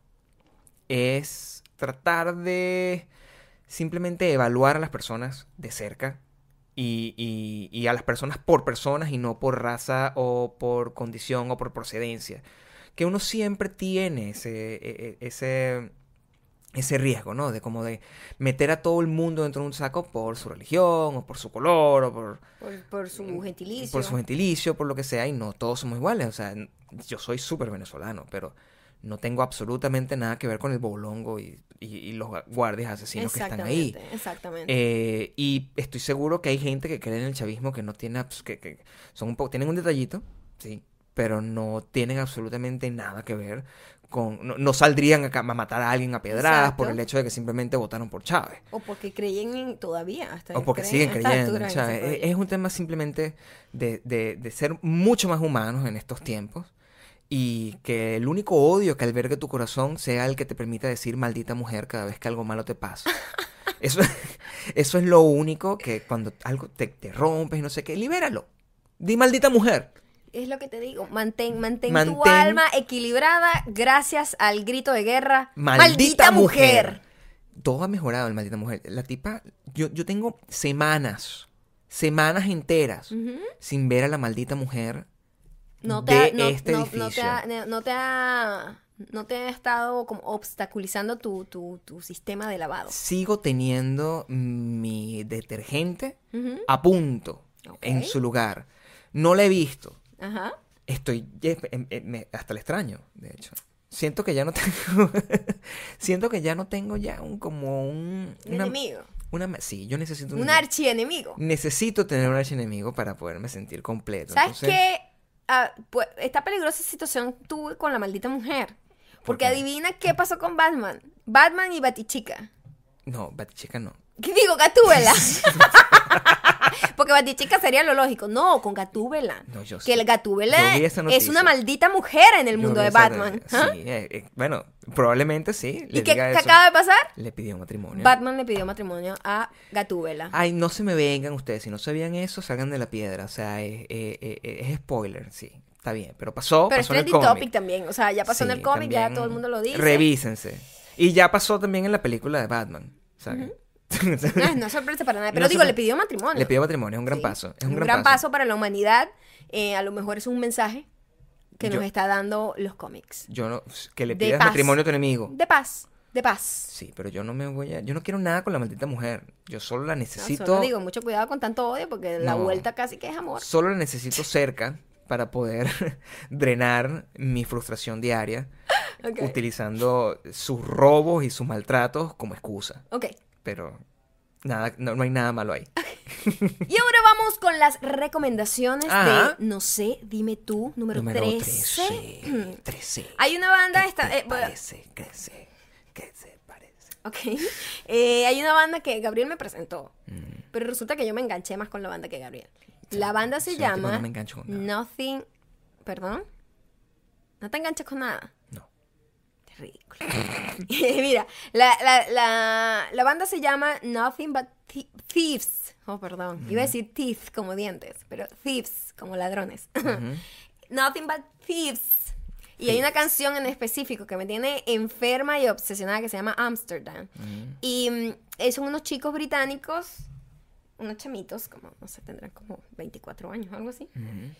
Es tratar de simplemente evaluar a las personas de cerca y, y- y a las personas por personas y no por raza o por condición o por procedencia. Que uno siempre tiene ese, e- e- ese, ese riesgo, ¿no? De como de meter a todo el mundo dentro de un saco por su religión o por su color o por, Por, por su gentilicio. por su gentilicio, por lo que sea, y no todos somos iguales. O sea, n- yo soy súper venezolano, pero no tengo absolutamente nada que ver con el bolongo y, y- y los guardias asesinos que están ahí. Exactamente, exactamente. Eh, y estoy seguro que hay gente que cree en el chavismo que no tiene, abs- que, que son un poco, tienen un detallito, sí, pero no tienen absolutamente nada que ver con, no, no saldrían a, ca- a matar a alguien a pedradas por Exacto. el hecho de que simplemente votaron por Chávez. O porque creen en, todavía. Hasta O porque creen siguen a estas creyendo en alturas en Chávez. ese Es, rollo. es un tema simplemente de, de, de ser mucho más humanos en estos tiempos y que el único odio que albergue tu corazón sea el que te permita decir maldita mujer cada vez que algo malo te pasa. Eso, eso es lo único que cuando algo te, te rompes y no sé qué, libéralo. Di maldita mujer. Es lo que te digo, mantén, mantén, tu Mantén- alma equilibrada gracias al grito de guerra. Maldita, mujer. Todo ha mejorado el maldita mujer. La tipa, yo, yo tengo semanas, semanas enteras Ujú. sin ver a la maldita mujer no te de ha, no, este no- edificio. no te ha, no no te ha, no te ha estado como obstaculizando tu, tu, tu sistema de lavado. Sigo teniendo mi detergente Ujú. a punto, Ok. en su lugar. No la he visto. Ajá. Estoy, eh, eh, eh, me- hasta el extraño, de hecho. Siento que ya no tengo, siento que ya no tengo ya un, como un... Un una- enemigo. Una, sí, yo necesito un, Un archienemigo. necesito tener un archienemigo para poderme sentir completo. ¿Sabes Entonces, qué? Ah, pues, está peligrosa situación tú con la maldita mujer. Porque qué? adivina qué pasó con Batman. Batman y Batichica. No, Batichica no. ¿Qué digo? Gatúbela. Porque Batichica sería lo lógico. No, con Gatúbela. No, yo que sé. el Gatúbela Yo vi esa es noticia. una maldita mujer en el Yo mundo vi de esa- Batman. ¿Ah? Sí, eh, eh, bueno, probablemente sí. ¿Y le qué, diga qué eso. acaba de pasar? Le pidió matrimonio. Batman le pidió matrimonio a Gatúbela. Ay, no se me vengan ustedes. Si no sabían eso, salgan de la piedra. O sea, es, eh, eh, eh, es spoiler, sí. Está bien. Pero pasó, Pero es pasó en el trending cómic. topic también. O sea, ya pasó en Sí, el cómic, ya también todo el mundo lo dice. Revísense. Y ya pasó también en la película de Batman. ¿Sabes? No, es- no es sorpresa para nada. Pero No digo, sorpre- le pidió matrimonio. Le pidió matrimonio, es un gran Sí, paso. Es un un gran, paso. para la humanidad. Eh, a lo mejor es un mensaje que Yo- nos está dando los cómics. Yo no, que le De pidas paz. matrimonio a tu enemigo. De paz, de paz. Sí, pero yo no me voy a, yo no quiero nada con la maldita mujer. Yo solo la No, necesito, solo digo, mucho cuidado con tanto odio porque la No. vuelta casi que es amor. solo la necesito cerca para poder drenar mi frustración diaria Ok. utilizando sus robos y sus maltratos como excusa. Ok. Pero nada, no, no hay nada malo ahí. Y ahora vamos con las recomendaciones Ajá. de No sé, dime tú, número, Número trece. trece. trece. Hay una banda, ¿Qué esta, te eh, bueno, parece? ¿Qué se, qué se parece? ok. Eh, hay una banda que Gabriel me presentó, Mm. pero resulta que yo me enganché más con la banda que Gabriel. La banda se soy un tipo que llama no me engancho con nada. Nothing, perdón, ¿no te enganchas con nada? No. Es ridículo. Mira, la, la, la, la banda se llama Nothing But Thi- Thieves. Oh, perdón. Iba a decir teeth como dientes, pero thieves como ladrones. Nothing But Thieves. Y hay una canción en específico que me tiene enferma y obsesionada que se llama Amsterdam. Y mm, eh, son unos chicos británicos, unos chamitos, como, no sé, tendrán como veinticuatro años o algo así.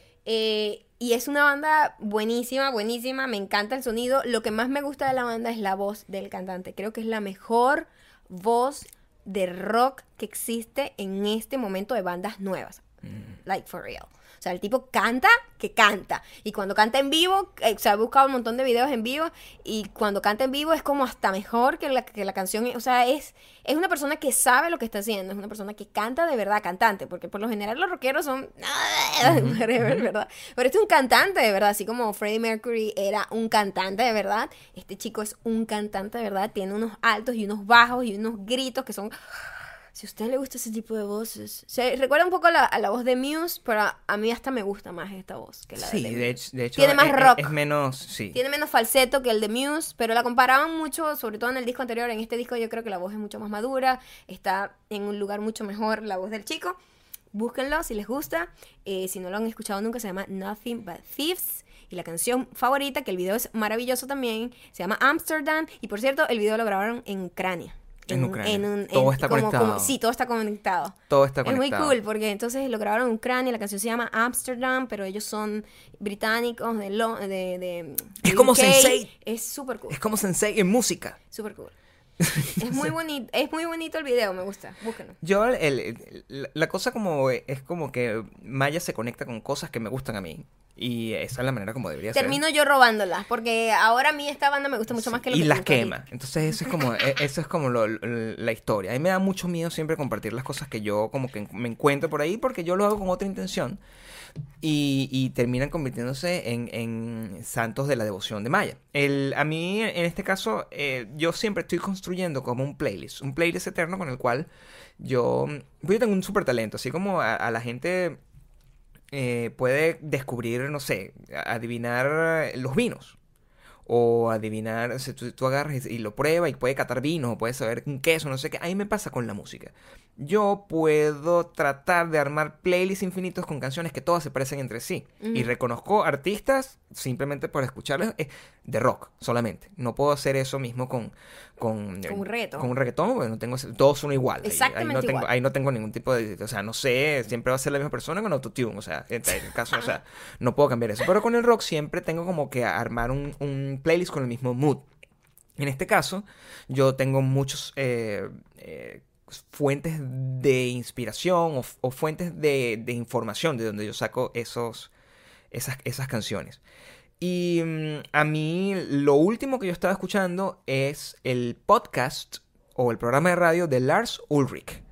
Eh, y es una banda buenísima, buenísima, me encanta el sonido. Lo que más me gusta de la banda es la voz del cantante. Creo que es la mejor voz de rock que existe en este momento de bandas nuevas. Like for real. O sea, el tipo canta que canta. Y cuando canta en vivo, eh, o sea, he buscado un montón de videos en vivo. Y cuando canta en vivo es como hasta mejor que la, que la canción. O sea, es, es una persona que sabe lo que está haciendo. Es una persona que canta de verdad, cantante. Porque por lo general los rockeros son... whatever, ¿verdad? Pero este es un cantante de verdad. Así como Freddie Mercury era un cantante de verdad. Este chico es un cantante de verdad. Tiene unos altos y unos bajos y unos gritos que son... Si a usted le gusta ese tipo de voces, se recuerda un poco a la, a la voz de Muse, pero a, a mí hasta me gusta más esta voz que la Sí, de, de hecho, de hecho Tiene más es, rock. es menos, sí. Tiene menos falseto que el de Muse, pero la comparaban mucho, sobre todo en el disco anterior. En este disco yo creo que la voz es mucho más madura, está en un lugar mucho mejor la voz del chico. Búsquenlo si les gusta. Eh, si no lo han escuchado nunca, se llama Nothing But Thieves. Y la canción favorita, que el video es maravilloso también, se llama Amsterdam. Y por cierto, el video lo grabaron en Ucrania. En un- Ucrania. un- Todo en- está como- conectado. como- sí, todo está conectado. Todo está Es muy conectado. cool porque entonces lo grabaron en Ucrania, la canción se llama Amsterdam, pero ellos son británicos de... Lo, de, de Es de como U K. Sensei. Es súper cool, Es como Sensei en música. súper cool. Es muy bonito, es muy bonito el video, me gusta, búsquenlo. Yo, el- el- la, la cosa como es como que Maya se conecta con cosas que me gustan a mí. Y esa es la manera como debería Termino ser. yo robándolas, porque ahora a mí esta banda me gusta mucho más que lo Y que las pinto ahí. quema. Entonces eso es como, e- eso es como lo- lo- la historia. A mí me da mucho miedo siempre compartir las cosas que yo como que me encuentro por ahí porque yo lo hago con otra intención. Y, y terminan convirtiéndose en, en santos de la devoción de Maya. El, a mí, en este caso, eh, yo siempre estoy construyendo como un playlist. Un playlist eterno con el cual yo... Yo tengo un súper talento. Así como a, a la gente eh, puede descubrir, no sé, a- adivinar los vinos. O adivinar, o sea, tú, tú agarras y lo pruebas y puede catar vinos o puede saber un queso, no sé qué. A mí me pasa con la música. Yo puedo tratar de armar playlists infinitos con canciones que todas se parecen entre sí. Ujú. Y reconozco artistas simplemente por escucharles eh, de rock solamente. No puedo hacer eso mismo con, con, Con un reggaetón. Con un reggaetón, porque no tengo, ese- todos son iguales. Ahí- Exactamente ahí, no tengo, igual. ahí no tengo ningún tipo de, o sea, no sé, siempre va a ser la misma persona con autotune, o sea, en el caso, o sea, no puedo cambiar eso. Pero con el rock siempre tengo como que armar un, un playlist con el mismo mood. En este caso, yo tengo muchos eh, eh, fuentes de inspiración o, o fuentes de, de información de donde yo saco esos, esas, esas canciones. Y mm, a mí lo último que yo estaba escuchando es el podcast o el programa de radio de Lars Ulrich.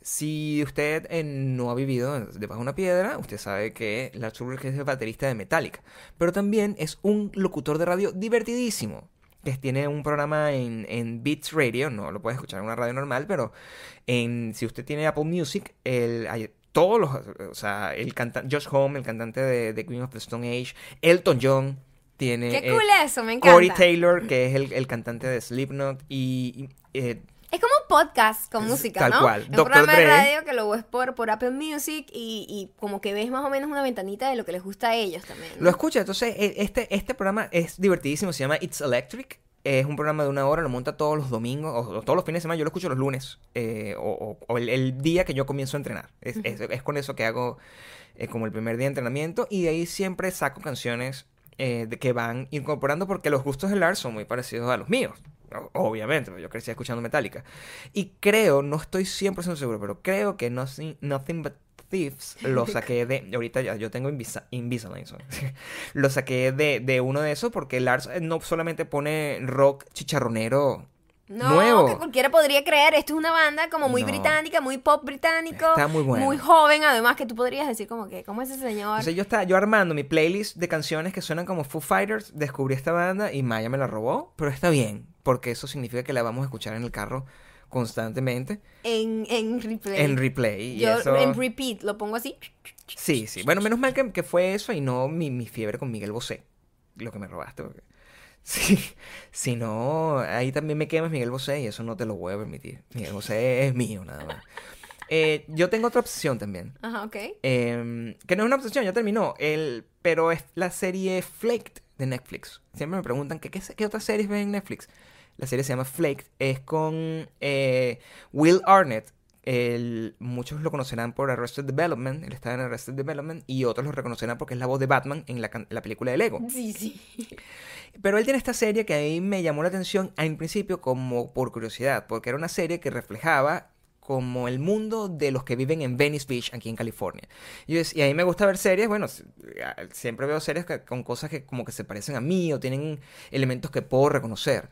Si usted eh, no ha vivido debajo de una piedra, usted sabe que Lars Ulrich es el baterista de Metallica. Pero también es un locutor de radio divertidísimo. Que tiene un programa en, en Beats Radio, no lo puede escuchar en una radio normal, pero en, si usted tiene Apple Music, el, hay todos los, o sea, el cantante, Josh Homme, el cantante de, de Queen of the Stone Age, Elton John, tiene Qué eh, cool eso, me encanta. Corey Taylor, que es el, el cantante de Slipknot, y, y, eh, Es como un podcast con música, tal ¿no? cual. Es un doctor programa de Dre. radio que lo ves por, por Apple Music y, y como que ves más o menos una ventanita de lo que les gusta a ellos también, ¿no? Lo escucha. Entonces, eh, este, este programa es divertidísimo, se llama It's Electric. Es un programa de una hora, lo monta todos los domingos, o, o todos los fines de semana. Yo lo escucho los lunes, eh, o, o- o el, el día que yo comienzo a entrenar. Es, es- es con eso que hago eh, como el primer día de entrenamiento, y de ahí siempre saco canciones eh, de que van incorporando, porque los gustos de Lars son muy parecidos a los míos. O- Obviamente, porque yo crecí escuchando Metallica. Y creo, no estoy cien por ciento seguro, pero creo que Nothing, Nothing But Thieves lo saqué de... Ahorita ya yo tengo Invisa- Invisalign, sorry. Lo saqué de, de uno de esos, porque Lars eh, no solamente pone rock chicharronero No, nuevo. que cualquiera podría creer. Esto es una banda como muy No. británica, muy pop británico. Está muy bueno. Muy joven, además, que tú podrías decir como que, ¿cómo es ese señor? Entonces yo estaba yo armando mi playlist de canciones que suenan como Foo Fighters, descubrí esta banda y Maya me la robó, pero está bien, porque eso significa que la vamos a escuchar en el carro constantemente, En, en replay. en replay. Y Yo eso... en repeat, lo pongo así. Sí, sí. Bueno, menos mal que, que fue eso y no mi, mi fiebre con Miguel Bosé, lo que me robaste. Porque... Sí, si no, ahí también me quemas Miguel Bosé y eso no te lo voy a permitir. Miguel Bosé es mío, nada más. Eh, yo tengo otra obsesión también. Ajá, ok. Eh, que no es una obsesión, ya terminó. El, pero es la serie Flaked de Netflix. Siempre me preguntan ¿qué, qué, qué otras series ven en Netflix? La serie se llama Flaked. Es con eh, Will Arnett. El, muchos lo conocerán por Arrested Development. Él está en Arrested Development. Y otros lo reconocerán porque es la voz de Batman en la, can- la película de Lego. Sí, sí. Pero él tiene esta serie que a mí me llamó la atención en principio como por curiosidad. Porque era una serie que reflejaba como el mundo de los que viven en Venice Beach, aquí en California. Y, yo dec- y a mí me gusta ver series, bueno, s- a- siempre veo series que- con cosas que como que se parecen a mí o tienen elementos que puedo reconocer.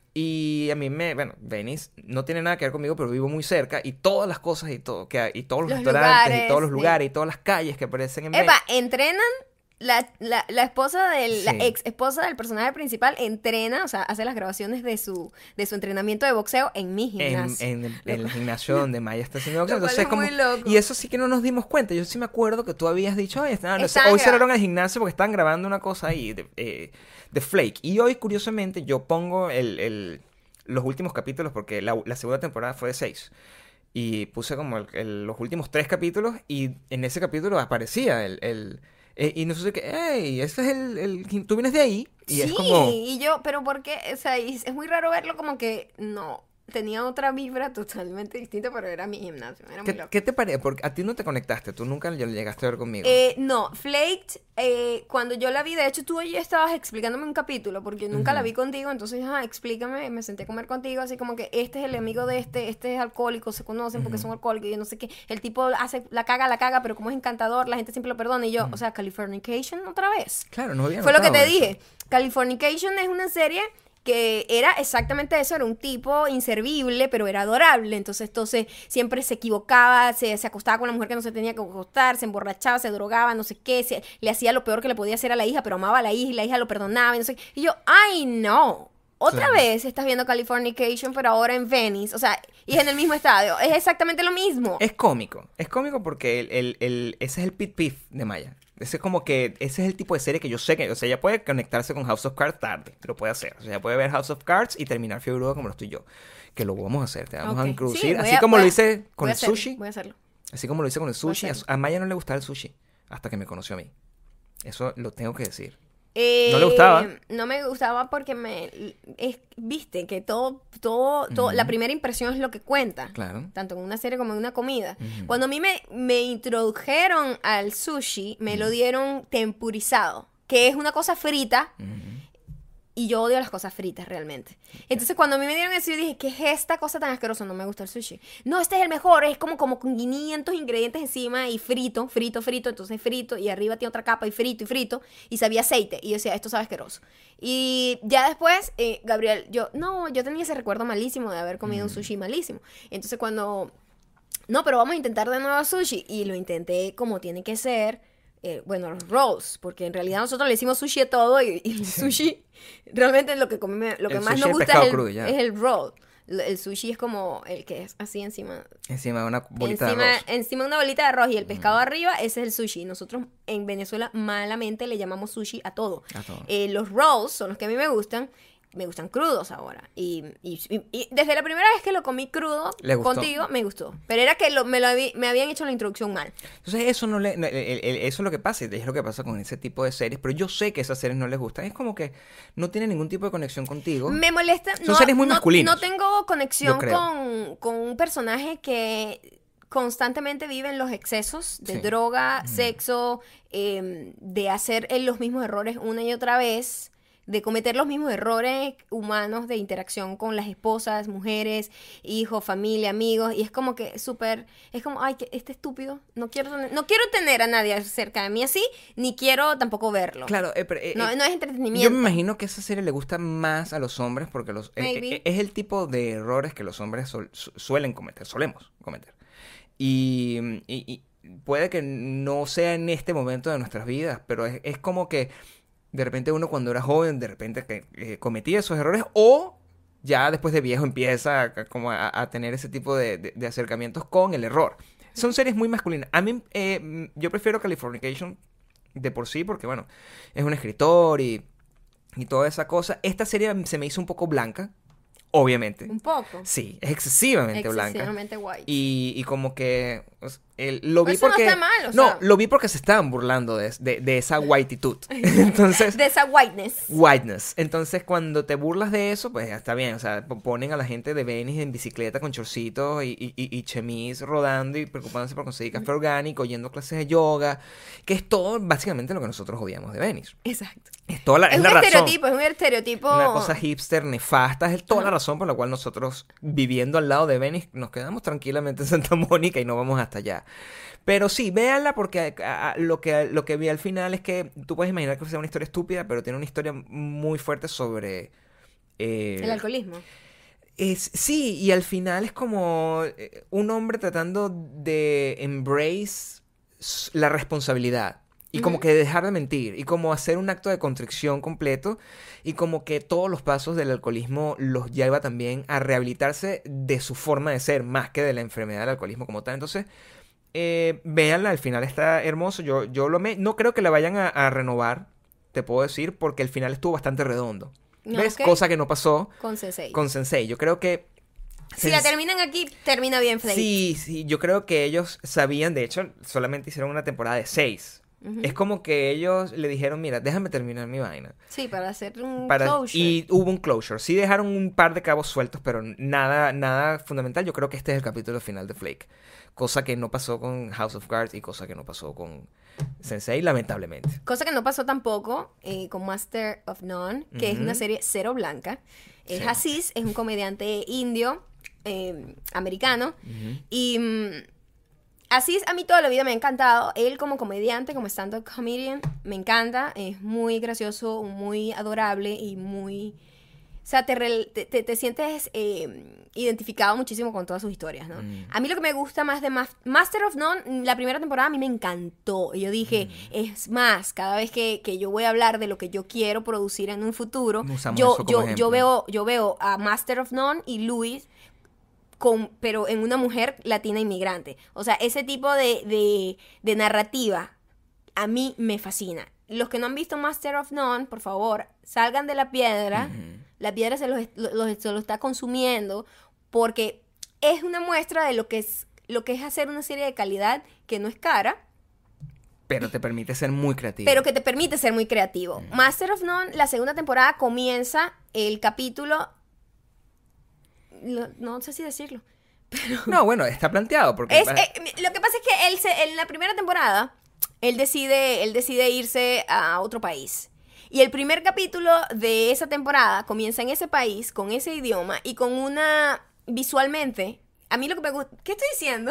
Y a mí me, bueno, Venice no tiene nada que ver conmigo, pero vivo muy cerca y todas las cosas y todo, que hay, y todos los, Los restaurantes lugares, y todos los sí. lugares y todas las calles que aparecen en Epa, Venice. entrenan. La, la, la esposa del, la Sí. ex esposa del personaje principal entrena, o sea, hace las grabaciones de su, de su entrenamiento de boxeo en mi En, gimnasio. en el, en el gimnasio donde Maya está haciendo boxeo. Lo cual Entonces, es como, muy loco. y eso sí que no nos dimos cuenta. Yo sí me acuerdo que tú habías dicho, "Ay, está- no sé, Estaban hoy cerraron grabando. el gimnasio porque están grabando una cosa ahí de, eh, de Flake". Y hoy, curiosamente, yo pongo el, el- los últimos capítulos porque la, la segunda temporada fue de seis. Y puse como el- el- los últimos tres capítulos y en ese capítulo aparecía el... el eh, y nosotros que, hey, ese es el, el... Tú vienes de ahí. Y Sí, es como... y yo, pero ¿por qué? O sea, y es muy raro verlo como que no, tenía otra vibra totalmente distinta, pero era mi gimnasio, era muy ¿Qué, loco. qué te parece? Porque a ti no te conectaste, tú nunca lo llegaste a ver conmigo. Eh, no, Flaked, eh, cuando yo la vi, de hecho tú ya estabas explicándome un capítulo, porque nunca la Ujú. vi contigo, entonces, ajá, explícame, me senté a comer contigo, así como que este es el amigo de este, este es alcohólico, se conocen porque Ujú. son alcohólicos, y yo no sé qué, el tipo hace, la caga, la caga, pero como es encantador, la gente siempre lo perdona, y yo, o sea, Californication otra vez. Claro, no había Fue lo que notado te eso. dije, Californication es una serie que era exactamente eso, era un tipo inservible, pero era adorable, entonces, entonces siempre se equivocaba, se, se acostaba con la mujer que no se tenía que acostar, se emborrachaba, se drogaba, no sé qué, se- le hacía lo peor que le podía hacer a la hija, pero amaba a la hija y la hija lo perdonaba, y no sé qué. Y yo, ay no, otra Claro. vez estás viendo Californication, pero ahora en Venice, o sea, y es en el mismo estadio, es exactamente lo mismo. Es cómico, es cómico porque el, el, el- ese es el pit peeve de Maya. Ese es como que, ese es el tipo de serie que yo sé que, o sea, ella puede conectarse con House of Cards tarde, lo puede hacer. O sea, ella puede ver House of Cards y terminar fiebre como lo estoy yo. Que lo vamos a hacer, te vamos Ok. a introducir, Sí, voy así a- como voy lo a- hice con voy a el hacerlo, sushi, Voy a hacerlo. así como lo hice con el sushi. A, hacerlo. a Maya no le gustaba el sushi hasta que me conoció a mí. Eso lo tengo que decir. Eh, ¿No le gustaba? No me gustaba porque me... Es, viste, que todo, todo, todo Ujú. la primera impresión es lo que cuenta. Claro. Tanto en una serie como en una comida. Ujú. Cuando a mí me, me introdujeron al sushi, me lo dieron tempurizado, que es una cosa frita. Ujú. Y yo odio las cosas fritas realmente. Entonces cuando a mí me dieron eso, yo dije, ¿qué es esta cosa tan asquerosa? No me gusta el sushi. No, este es el mejor. Es como, como con quinientos ingredientes encima y frito, frito, frito. Entonces frito y arriba tiene otra capa y frito y frito. Y sabía aceite. Y yo decía, esto sabe asqueroso. Y ya después, eh, Gabriel, yo, no, yo tenía ese recuerdo malísimo de haber comido un sushi malísimo. Entonces cuando, no, pero vamos a intentar de nuevo sushi. Y lo intenté como tiene que ser. Eh, bueno, los rolls, porque en realidad nosotros le decimos sushi a todo y, y el sushi realmente lo que come, lo que El más sushi nos es gusta pescado es el, crudo, ya. es el roll. El el sushi es como el que es así encima, Encima de una bolita encima, de arroz. encima de una bolita de arroz y el pescado arriba, ese es el sushi. Nosotros en Venezuela malamente le llamamos sushi a todo. A todo. Eh, los rolls son los que a mí me gustan. Me gustan crudos ahora. Y, y- y- y desde la primera vez que lo comí crudo ¿Le gustó? contigo, me gustó. Pero era que lo- me, lo habí- me habían hecho la introducción mal. Entonces eso no le, no, el- el- el- eso es lo que pasa, y es lo que pasa con ese tipo de series, pero yo sé que esas series no les gustan, es como que no tienen ningún tipo de conexión contigo. Me molesta. Son no, series muy no- masculinos. No tengo conexión Yo creo. con, con un personaje que constantemente vive en los excesos de Sí. droga, sexo, eh, de hacer eh, los mismos errores una y otra vez, de cometer los mismos errores humanos de interacción con las esposas, mujeres, hijos, familia, amigos, y es como que súper, es como, ay, que este estúpido, no quiero tener, no quiero tener a nadie cerca de mí así, ni quiero tampoco verlo. Claro, eh, pero, eh, No, eh, no es yo entretenimiento. me imagino que esa serie le gusta más a los hombres porque los eh, Maybe. eh, es el tipo de errores que los hombres sol- su- suelen cometer, solemos cometer. Y, y- y puede que no sea en este momento de nuestras vidas, pero es, es como que de repente uno cuando era joven, de repente que eh, cometía esos errores o ya después de viejo empieza a, a- como a, a tener ese tipo de, de- de acercamientos con el error. Son series muy masculinas. A mí, eh, mm, yo prefiero Californication de por sí porque, bueno, es un escritor y, y toda esa cosa. Esta serie se me hizo un poco blanca, obviamente. Un poco. Sí, es excesivamente blanca. Excesivamente white. Y, y como que o sea, el- lo vi Eso no porque... está mal, o no, sea. lo vi porque se estaban burlando de, de, de esa whititude. Entonces... De esa whiteness. Whiteness. Entonces, cuando te burlas de eso, pues ya está bien. O sea, po- ponen a la gente de Venice en bicicleta con chorcitos y, y, y, y chemis rodando y preocupándose por conseguir café orgánico, yendo a clases de yoga, que es todo básicamente lo que nosotros odiamos de Venice. Exacto. Es toda la, Es es un la razón. estereotipo, es un estereotipo. Una cosa hipster, nefasta, es toda la razón por la cual nosotros, viviendo al lado de Venice, nos quedamos tranquilamente en Santa Mónica y no vamos hasta allá. Pero sí, véanla porque a- a- lo, que, lo que vi al final es que tú puedes imaginar que sea una historia estúpida, pero tiene una historia muy fuerte sobre... eh, El alcoholismo. es, sí, y al final es como eh, un hombre tratando de embrace s- la responsabilidad. Y como Ujú. que dejar de mentir. Y como hacer un acto de contrición completo. Y como que todos los pasos del alcoholismo los lleva también a rehabilitarse de su forma de ser. Más que de la enfermedad del alcoholismo como tal. Entonces, eh, véanla. Al final está hermoso. Yo, yo lo me... No creo que la vayan a, a renovar. Te puedo decir. Porque el final estuvo bastante redondo. No, ¿Ves? ok. Cosa que no pasó Con Sensei. con Sensei. Yo creo que... Si la Sens- terminan aquí, termina bien Freddy. Sí, sí, yo creo que ellos sabían, de hecho, solamente hicieron una temporada de seis. Ujú. Es como que ellos le dijeron, mira, déjame terminar mi vaina. Sí, para hacer un Para... closure. Y hubo un closure. Sí dejaron un par de cabos sueltos, pero nada, nada fundamental. Yo creo que este es el capítulo final de Flake. Cosa que no pasó con House of Cards y cosa que no pasó con Sensei, lamentablemente. Cosa que no pasó tampoco eh, con Master of None, que es Ujú. una serie cero blanca. Es Sí. Aziz, es un comediante indio, eh, americano. Ujú. Y mm, Aziz a mí toda la vida me ha encantado. Él como comediante, como stand-up comedian, me encanta. Es muy gracioso, muy adorable y muy... O sea, te, rel- te, te- te sientes eh, identificado muchísimo con todas sus historias, ¿no? Mm. A mí lo que me gusta más de Ma- Master of None, la primera temporada a mí me encantó. Y yo dije, es más, cada vez que, que yo voy a hablar de lo que yo quiero producir en un futuro, Usamos yo, eso como yo, ejemplo. yo, veo, yo veo a Master of None y Luis con, pero en una mujer latina inmigrante. O sea, ese tipo de, de, de narrativa a mí me fascina. Los que no han visto Master of None, por favor, salgan de la piedra. Ujú. La piedra se los, est- lo- los- se lo está consumiendo porque es una muestra de lo que es, lo que es hacer una serie de calidad que no es cara, Pero te permite ser muy creativo. pero que te permite ser muy creativo. Mm. Master of None, la segunda temporada comienza el capítulo... Lo, no sé si decirlo. Pero... No, bueno, está planteado. Porque... Es, eh, lo que pasa es que él se, en la primera temporada, él decide, él decide irse a otro país. Y el primer capítulo de esa temporada comienza en ese país, con ese idioma y con una... Visualmente... A mí lo que me gusta... ¿Qué estoy diciendo?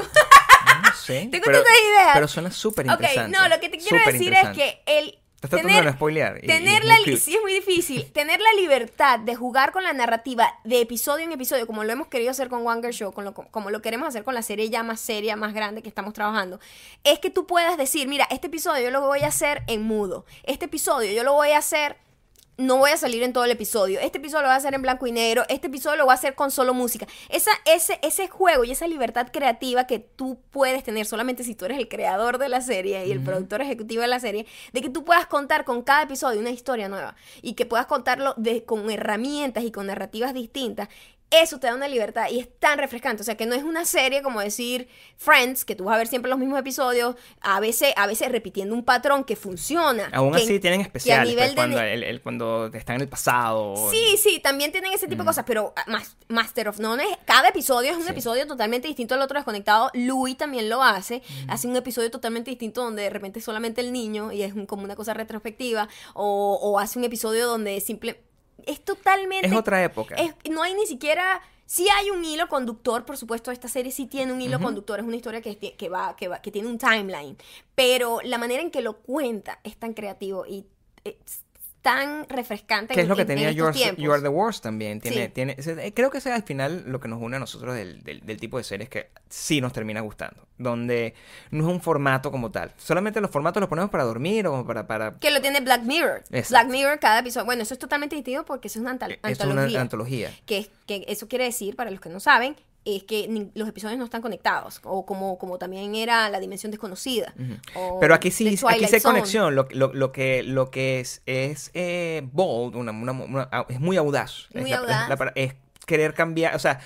No sé. Tengo pero, tantas ideas. Pero suena súper interesante. Ok, no, lo que te quiero decir es que el... Estás tratando de no spoilear. Y, tener y la, es sí, es muy difícil. Tener la libertad de jugar con la narrativa de episodio en episodio, como lo hemos querido hacer con One Girl Show, con lo, como lo queremos hacer con la serie ya más seria, más grande que estamos trabajando, es que tú puedas decir, mira, este episodio yo lo voy a hacer en mudo. Este episodio yo lo voy a hacer... No voy a salir en todo el episodio. Este episodio lo voy a hacer en blanco y negro. Este episodio lo voy a hacer con solo música. Esa, ese, ese juego y esa libertad creativa que tú puedes tener solamente si tú eres el creador de la serie y el uh-huh. productor ejecutivo de la serie, de que tú puedas contar con cada episodio una historia nueva y que puedas contarlo de, con herramientas y con narrativas distintas. Eso te da una libertad y es tan refrescante. O sea, que no es una serie como decir Friends, que tú vas a ver siempre los mismos episodios, a veces, a veces repitiendo un patrón que funciona. Aún que, así tienen especiales, pues, de... cuando, el, el, cuando están en el pasado. Sí, sí, también tienen ese tipo mm. de cosas, pero más, Master of None, cada episodio es un sí. episodio totalmente distinto al otro desconectado. Louis también lo hace, mm. hace un episodio totalmente distinto donde de repente es solamente el niño y es un, como una cosa retrospectiva, o, o hace un episodio donde simple... Es totalmente... Es otra época. Es, no hay ni siquiera... Sí hay un hilo conductor, por supuesto, esta serie sí tiene un hilo uh-huh. conductor, es una historia que, que, va, que, va, que tiene un timeline, pero la manera en que lo cuenta es tan creativo y es tan refrescante. Que en, es lo que en, tenía en You Are, tiempos. You Are the Worst también. Tiene, sí. tiene, creo que ese es al final lo que nos une a nosotros del, del, del tipo de series que sí nos termina gustando. Donde no es un formato como tal. Solamente los formatos los ponemos para dormir o para... para... Que lo tiene Black Mirror. Exacto. Black Mirror, cada episodio... Bueno, eso es totalmente distinto porque eso es una antal- es antología. Es una antología. Que, que eso quiere decir, para los que no saben, es que ni, los episodios no están conectados, o como, como también era La Dimensión Desconocida. Uh-huh. Pero aquí sí, aquí sí hay conexión. Lo, lo, lo que, lo que es, es eh, bold, una, una, una, es muy audaz. Muy es, audaz. La, es, la, es querer cambiar, o sea,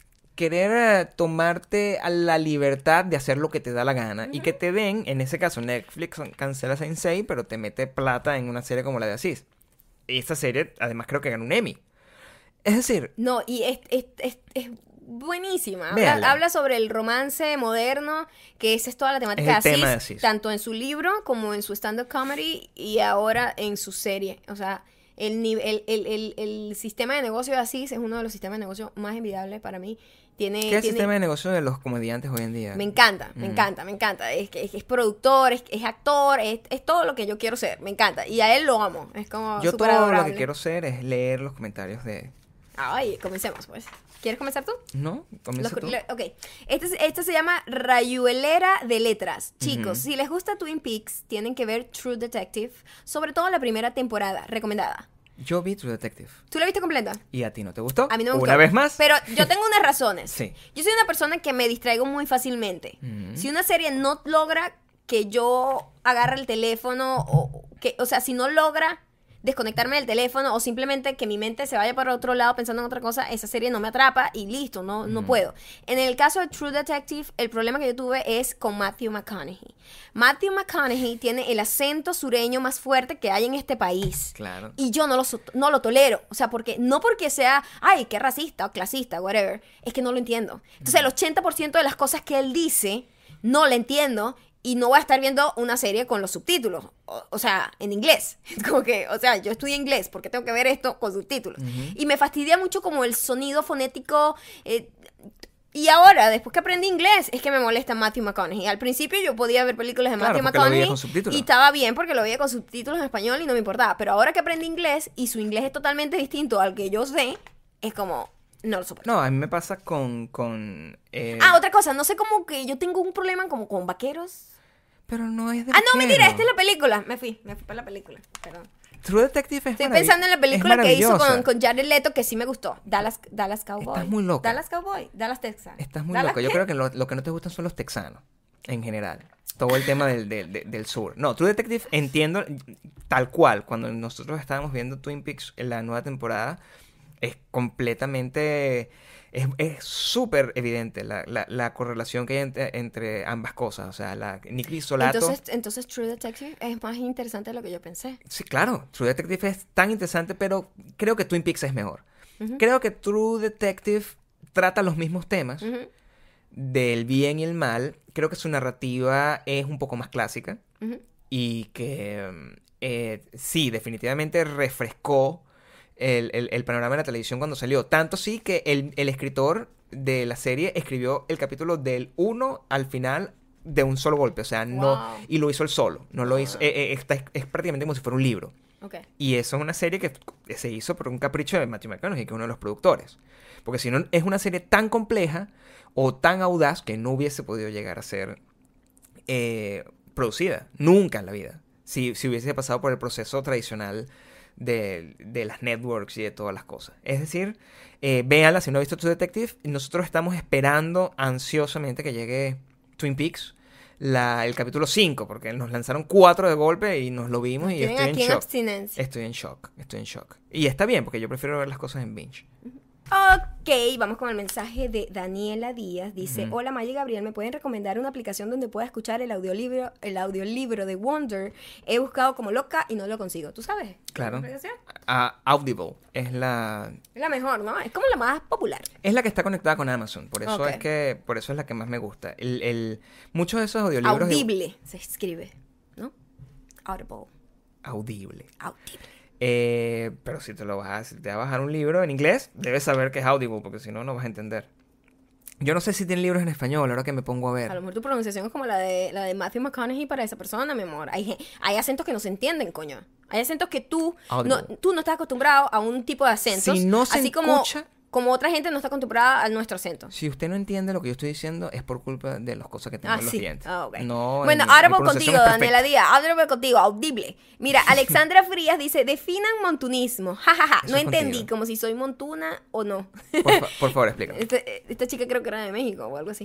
querer uh, tomarte a la libertad de hacer lo que te da la gana uh-huh. y que te den, en ese caso Netflix cancela Saint Seiya, pero te mete plata en una serie como la de Aziz. Y esta serie, además, creo que ganó un Emmy. Es decir... No, y es... es, es, es buenísima. Habla, habla sobre el romance moderno, que esa es toda la temática es el de, tema Aziz, de Aziz, tanto en su libro como en su stand-up comedy y ahora en su serie. O sea, el, el, el, el, el sistema de negocio de Aziz es uno de los sistemas de negocio más envidiables para mí. Tiene, ¿Qué es el tiene... sistema de negocio de los comediantes hoy en día? Me encanta, me mm. encanta, me encanta. Es, es, es productor, es, es actor, es, es todo lo que yo quiero ser. Me encanta. Y a él lo amo. Es como yo todo adorable. Lo que quiero ser es leer los comentarios de... Ay, comencemos pues. ¿Quieres comenzar tú? No, comienza tú. Ok. Este, este se llama Rayuelera de Letras. Chicos, uh-huh. si les gusta Twin Peaks, tienen que ver True Detective. Sobre todo la primera temporada. Recomendada. Yo vi True Detective. ¿Tú la viste completa? ¿Y a ti no te gustó? A mí no me gustó. ¿Una vez más? Pero yo tengo unas razones. Sí. Yo soy una persona que me distraigo muy fácilmente. Uh-huh. Si una serie no logra que yo agarre el teléfono, o, que, o sea, si no logra... desconectarme del teléfono o simplemente que mi mente se vaya para otro lado pensando en otra cosa, esa serie no me atrapa y listo, no, no mm. puedo. En el caso de True Detective, el problema que yo tuve es con Matthew McConaughey. Matthew McConaughey tiene el acento sureño más fuerte que hay en este país. Claro. Y yo no lo, no lo tolero. O sea, porque no porque sea, ay, qué racista o clasista, whatever, es que no lo entiendo. Entonces, mm. el ochenta por ciento de las cosas que él dice, no le entiendo. Y no voy a estar viendo una serie con los subtítulos. O, o sea, en inglés. Como que, o sea, yo estudié inglés. ¿Por qué tengo que ver esto con subtítulos? Uh-huh. Y me fastidia mucho como el sonido fonético. Eh, y ahora, después que aprendí inglés, es que me molesta Matthew McConaughey. Al principio yo podía ver películas de claro, Matthew McConaughey. Y estaba bien porque lo veía con subtítulos en español y no me importaba. Pero ahora que aprendí inglés y su inglés es totalmente distinto al que yo sé, es como... No lo soporto. No, a mí me pasa con... con eh... Ah, otra cosa. No sé, como que yo tengo un problema como con vaqueros. Pero no es de Ah, no, mentira, esta es la película. Me fui, me fui para la película. Perdón. True Detective es Estoy pensando en la película que hizo con, con Jared Leto, que sí me gustó. Dallas, Dallas Cowboy. Estás muy loca. Dallas Cowboy. Dallas Texas. Estás muy Dallas loca. Yo creo que lo, lo que no te gustan son los texanos, en general. Todo el tema del, del, del, del sur. No, True Detective entiendo tal cual. Cuando nosotros estábamos viendo Twin Peaks en la nueva temporada, Es completamente... Es es súper evidente la, la, la correlación que hay entre, entre ambas cosas. O sea, la Nick Pizzolatto... Entonces, entonces True Detective es más interesante de lo que yo pensé. Sí, claro. True Detective es tan interesante, pero creo que Twin Peaks es mejor. Uh-huh. Creo que True Detective trata los mismos temas Uh-huh. del bien y el mal. Creo que su narrativa es un poco más clásica Uh-huh. y que eh, sí, definitivamente refrescó el, el, el panorama de la televisión cuando salió. Tanto sí que el, el escritor de la serie escribió el capítulo del uno al final de un solo golpe. O sea, no... Wow. Y lo hizo él solo. No lo Wow. hizo... eh, eh, está- es prácticamente como si fuera un libro. Okay. Y eso es una serie que se hizo por un capricho de Matthew McConaughey, que es uno de los productores. Porque si no, es una serie tan compleja o tan audaz que no hubiese podido llegar a ser eh, producida. Nunca en la vida. Si, si hubiese pasado por el proceso tradicional de, de las networks y de todas las cosas. Es decir, eh, véanla si no ha visto True Detective. Nosotros estamos esperando ansiosamente que llegue Twin Peaks. La, el capítulo cinco, porque nos lanzaron cuatro de golpe y nos lo vimos y Tienen estoy en aquí en shock. abstinencia. Estoy en shock, estoy en shock. Y está bien, porque yo prefiero ver las cosas en binge. Ok, vamos con el mensaje de Daniela Díaz. Dice, Ujú. hola Maya y Gabriel, ¿me pueden recomendar una aplicación donde pueda escuchar el audiolibro, el audiolibro de Wonder? He buscado como loca y no lo consigo. ¿Tú sabes? Claro. ¿Qué aplicación? Ah, Audible es la Es la mejor, ¿no? Es como la más popular. es la que está conectada con Amazon, por eso Ok. es que por eso es la que más me gusta. El, el- muchos de esos audiolibros de- Audible se escribe, ¿no? Audible. audible. Audible. Eh, pero si te lo vas a, si te vas a bajar un libro en inglés, debes saber que es Audible, porque si no no vas a entender. Yo no sé si tienen libros en español, ahora que me pongo a A ver. lo mejor tu pronunciación es como la de, la de Matthew McConaughey para esa persona, mi amor. Hay, gen- hay acentos que no se entienden, coño. Hay acentos que tú no, Audible. tú no estás acostumbrado a un tipo de acentos. Si no se así como, escucha- como otra gente no está acostumbrada a nuestro acento. Si usted no entiende lo que yo estoy diciendo, es por culpa de las cosas que tengo Ah, en los sí. dientes. Ah, ok. No, bueno, mi- ahora mi voy pronunciación contigo, es perfecta. Daniela Díaz. Ahora voy contigo, audible. Mira, Alexandra Frías dice, definan montunismo. Ja, ja, ja. Eso No es entendí, contigo. como si soy montuna o no. Por, fa- por favor, explícame. Este- esta chica creo que era de México o algo así.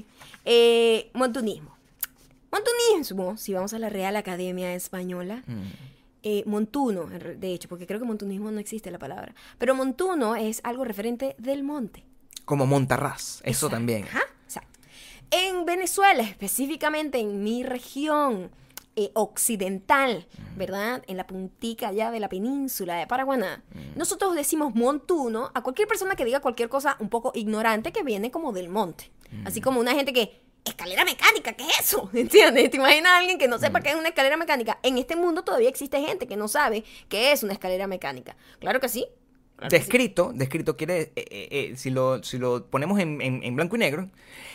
Eh, montunismo. Montunismo, si vamos a la Real Academia Española, Mm. eh, montuno, en re- de hecho, porque creo que montunismo no existe la palabra, pero montuno es algo referente del monte. Como Montarraz, eso Exacto. también. Ajá, exacto. En Venezuela, específicamente en mi región eh, occidental, ¿verdad? En la puntica allá de la península de Paraguaná, nosotros decimos montuno a cualquier persona que diga cualquier cosa un poco ignorante que viene como del monte. Así como una gente que, escalera mecánica, ¿qué es eso? ¿Entiendes? ¿Te imaginas a alguien que no sepa qué es una escalera mecánica? En este mundo todavía existe gente que no sabe qué es una escalera mecánica. Claro que sí. Claro que sí. Descrito, descrito quiere, eh, eh, eh, si, lo, si lo ponemos en, en- en blanco y negro,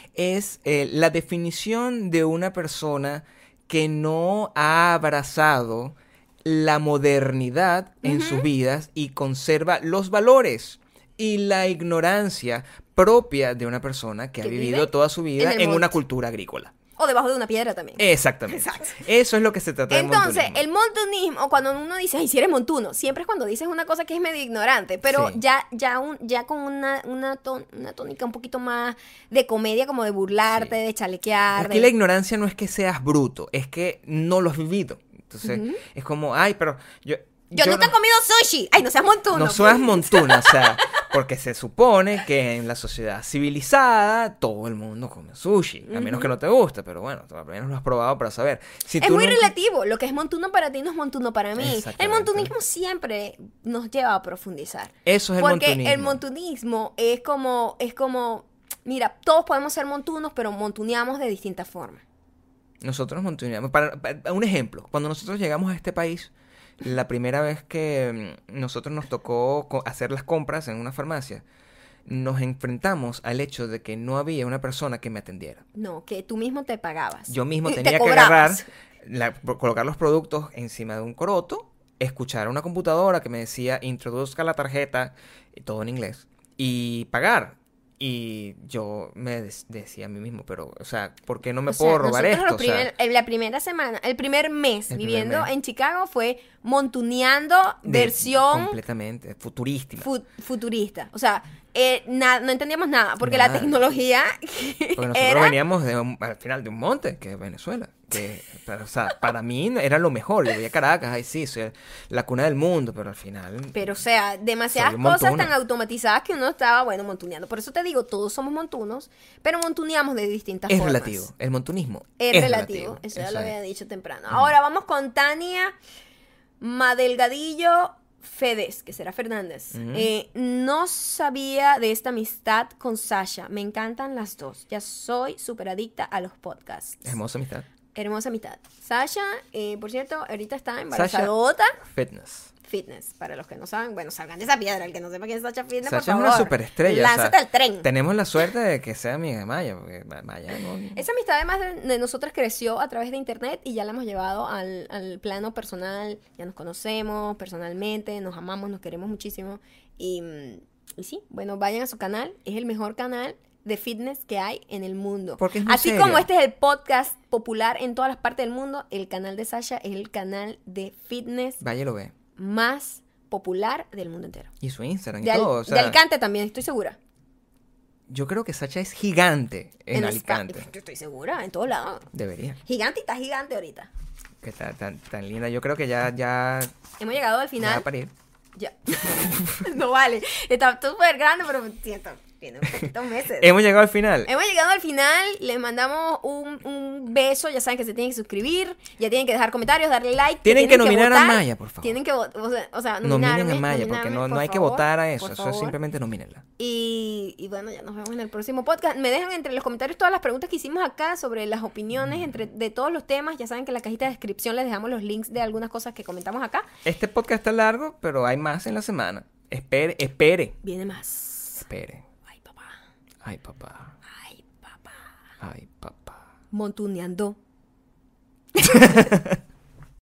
es eh, la definición de una persona que no ha abrazado la modernidad en sus vidas y conserva los valores y la ignorancia propia de una persona que ha Que vivido vive toda su vida en el en una monte. cultura agrícola. O debajo de una piedra también. Exactamente. Exacto. Eso es lo que se trata de Entonces, montunismo. el montunismo, cuando uno dice, ay, si eres montuno, siempre es cuando dices una cosa que es medio ignorante, pero Sí. ya, ya, un, ya con una, una, ton- una tónica un poquito más de comedia, como de burlarte, Sí. de chalequear. Aquí de- la ignorancia no es que seas bruto, es que no lo has vivido. Entonces, es como, ay, pero yo... Yo, nunca he no, comido sushi. Ay, no seas montuno. no seas montuna, o sea, porque se supone que en la sociedad civilizada todo el mundo come sushi, a menos que no te guste, pero bueno, tú al menos lo has probado para saber. Si Es tú muy nunca- relativo. Lo que es montuno para ti no es montuno para mí. El Exactamente. montunismo siempre nos lleva a profundizar. Eso es el Porque montunismo. el montunismo es como, es como, mira, todos podemos ser montunos, pero montuneamos de distintas formas. Nosotros montuneamos. Para, para- un ejemplo, cuando nosotros llegamos a este país, la primera vez que mm, nosotros nos tocó co- hacer las compras en una farmacia, nos enfrentamos al hecho de que no había una persona que me atendiera. No, que tú mismo te pagabas. Yo mismo Y te tenía que agarrar, cobrabas. la- colocar los productos encima de un coroto, escuchar a una computadora que me decía introduzca la tarjeta, y todo en inglés, y pagar. Y yo me des- decía a mí mismo, pero, o sea, ¿por qué no me O sea, puedo robar nosotros esto? los O sea, primer- en la primera semana, el primer mes El primer viviendo mes. en Chicago fue montuneando de- versión completamente futurística. fu- futurista. O sea, eh, na- no entendíamos nada, porque Nada. la tecnología Porque nosotros era... veníamos de un- al final de un monte, que es Venezuela. Que, pero, o sea, para mí era lo mejor. Yo veía Caracas, ay sí, soy la cuna del mundo, pero al final... Pero, o sea, demasiadas Soy un cosas montuno. tan automatizadas que uno estaba, bueno, montuneando. Por eso te digo, todos somos montunos, pero montuneamos de distintas es formas. relativo. El montunismo Es, relativo. Eso ya lo es. había dicho temprano. Ahora vamos con Tania Madelgadillo Fedes, que será Fernández. Ujú. Eh, no sabía de esta amistad con Sasha. Me encantan las dos. Ya soy súper adicta a los podcasts. Hermosa amistad. Hermosa amistad. Sasha, eh, por cierto, ahorita está embarazadota. Fitness. Fitness, para los que no saben, bueno, salgan de esa piedra, el que no sepa quién es Sasha Fitness, Sacha por es favor. una superestrella. Lánzate o sea, al tren. Tenemos la suerte de que sea amiga de Maya, porque Ma- Maya no... Esa amistad además de, de nosotras creció a través de internet y ya la hemos llevado al, al plano personal, ya nos conocemos personalmente, nos amamos, nos queremos muchísimo y, mm, y sí, bueno, vayan a su canal, es el mejor canal de fitness que hay en el mundo. Porque es muy Así seria. como este es el podcast popular en todas las partes del mundo, el canal de Sasha es el canal de fitness Vaya y lo ve. más popular del mundo entero. Y su Instagram y De, Al- todo. O de sea, Alicante también, estoy segura. yo creo que Sacha es gigante en, Espa- Alicante. Yo estoy segura, en todos lados. Debería. Gigante y está gigante ahorita. Que está tan, tan linda. Yo creo que ya, ya, Hemos llegado al ya va final. a parir. Ya. No vale. Está súper grande, pero siento, tiene un poquitos meses. Hemos llegado al final. Hemos llegado al final. Les mandamos un, un beso. Ya saben que se tienen que suscribir. Ya tienen que dejar comentarios, darle like. Tienen que nominar a votar. Maya, por favor. Tienen que votar. O sea, o sea Nominen nominarme, a Maya, porque nominarme, no, por no hay que favor, votar a eso. por Eso es favor. simplemente nomínenla. Y, y bueno, ya nos vemos en el próximo podcast. Me dejan entre los comentarios todas las preguntas que hicimos acá sobre las opiniones entre, de todos los temas. Ya saben que en la cajita de descripción les dejamos los links de algunas cosas que comentamos acá. Este podcast está largo, pero hay más en la semana. Espere, espere. Viene más. Espere. Ay, papá. Ay, papá. Ay, papá. Ay, papá. Montuneando.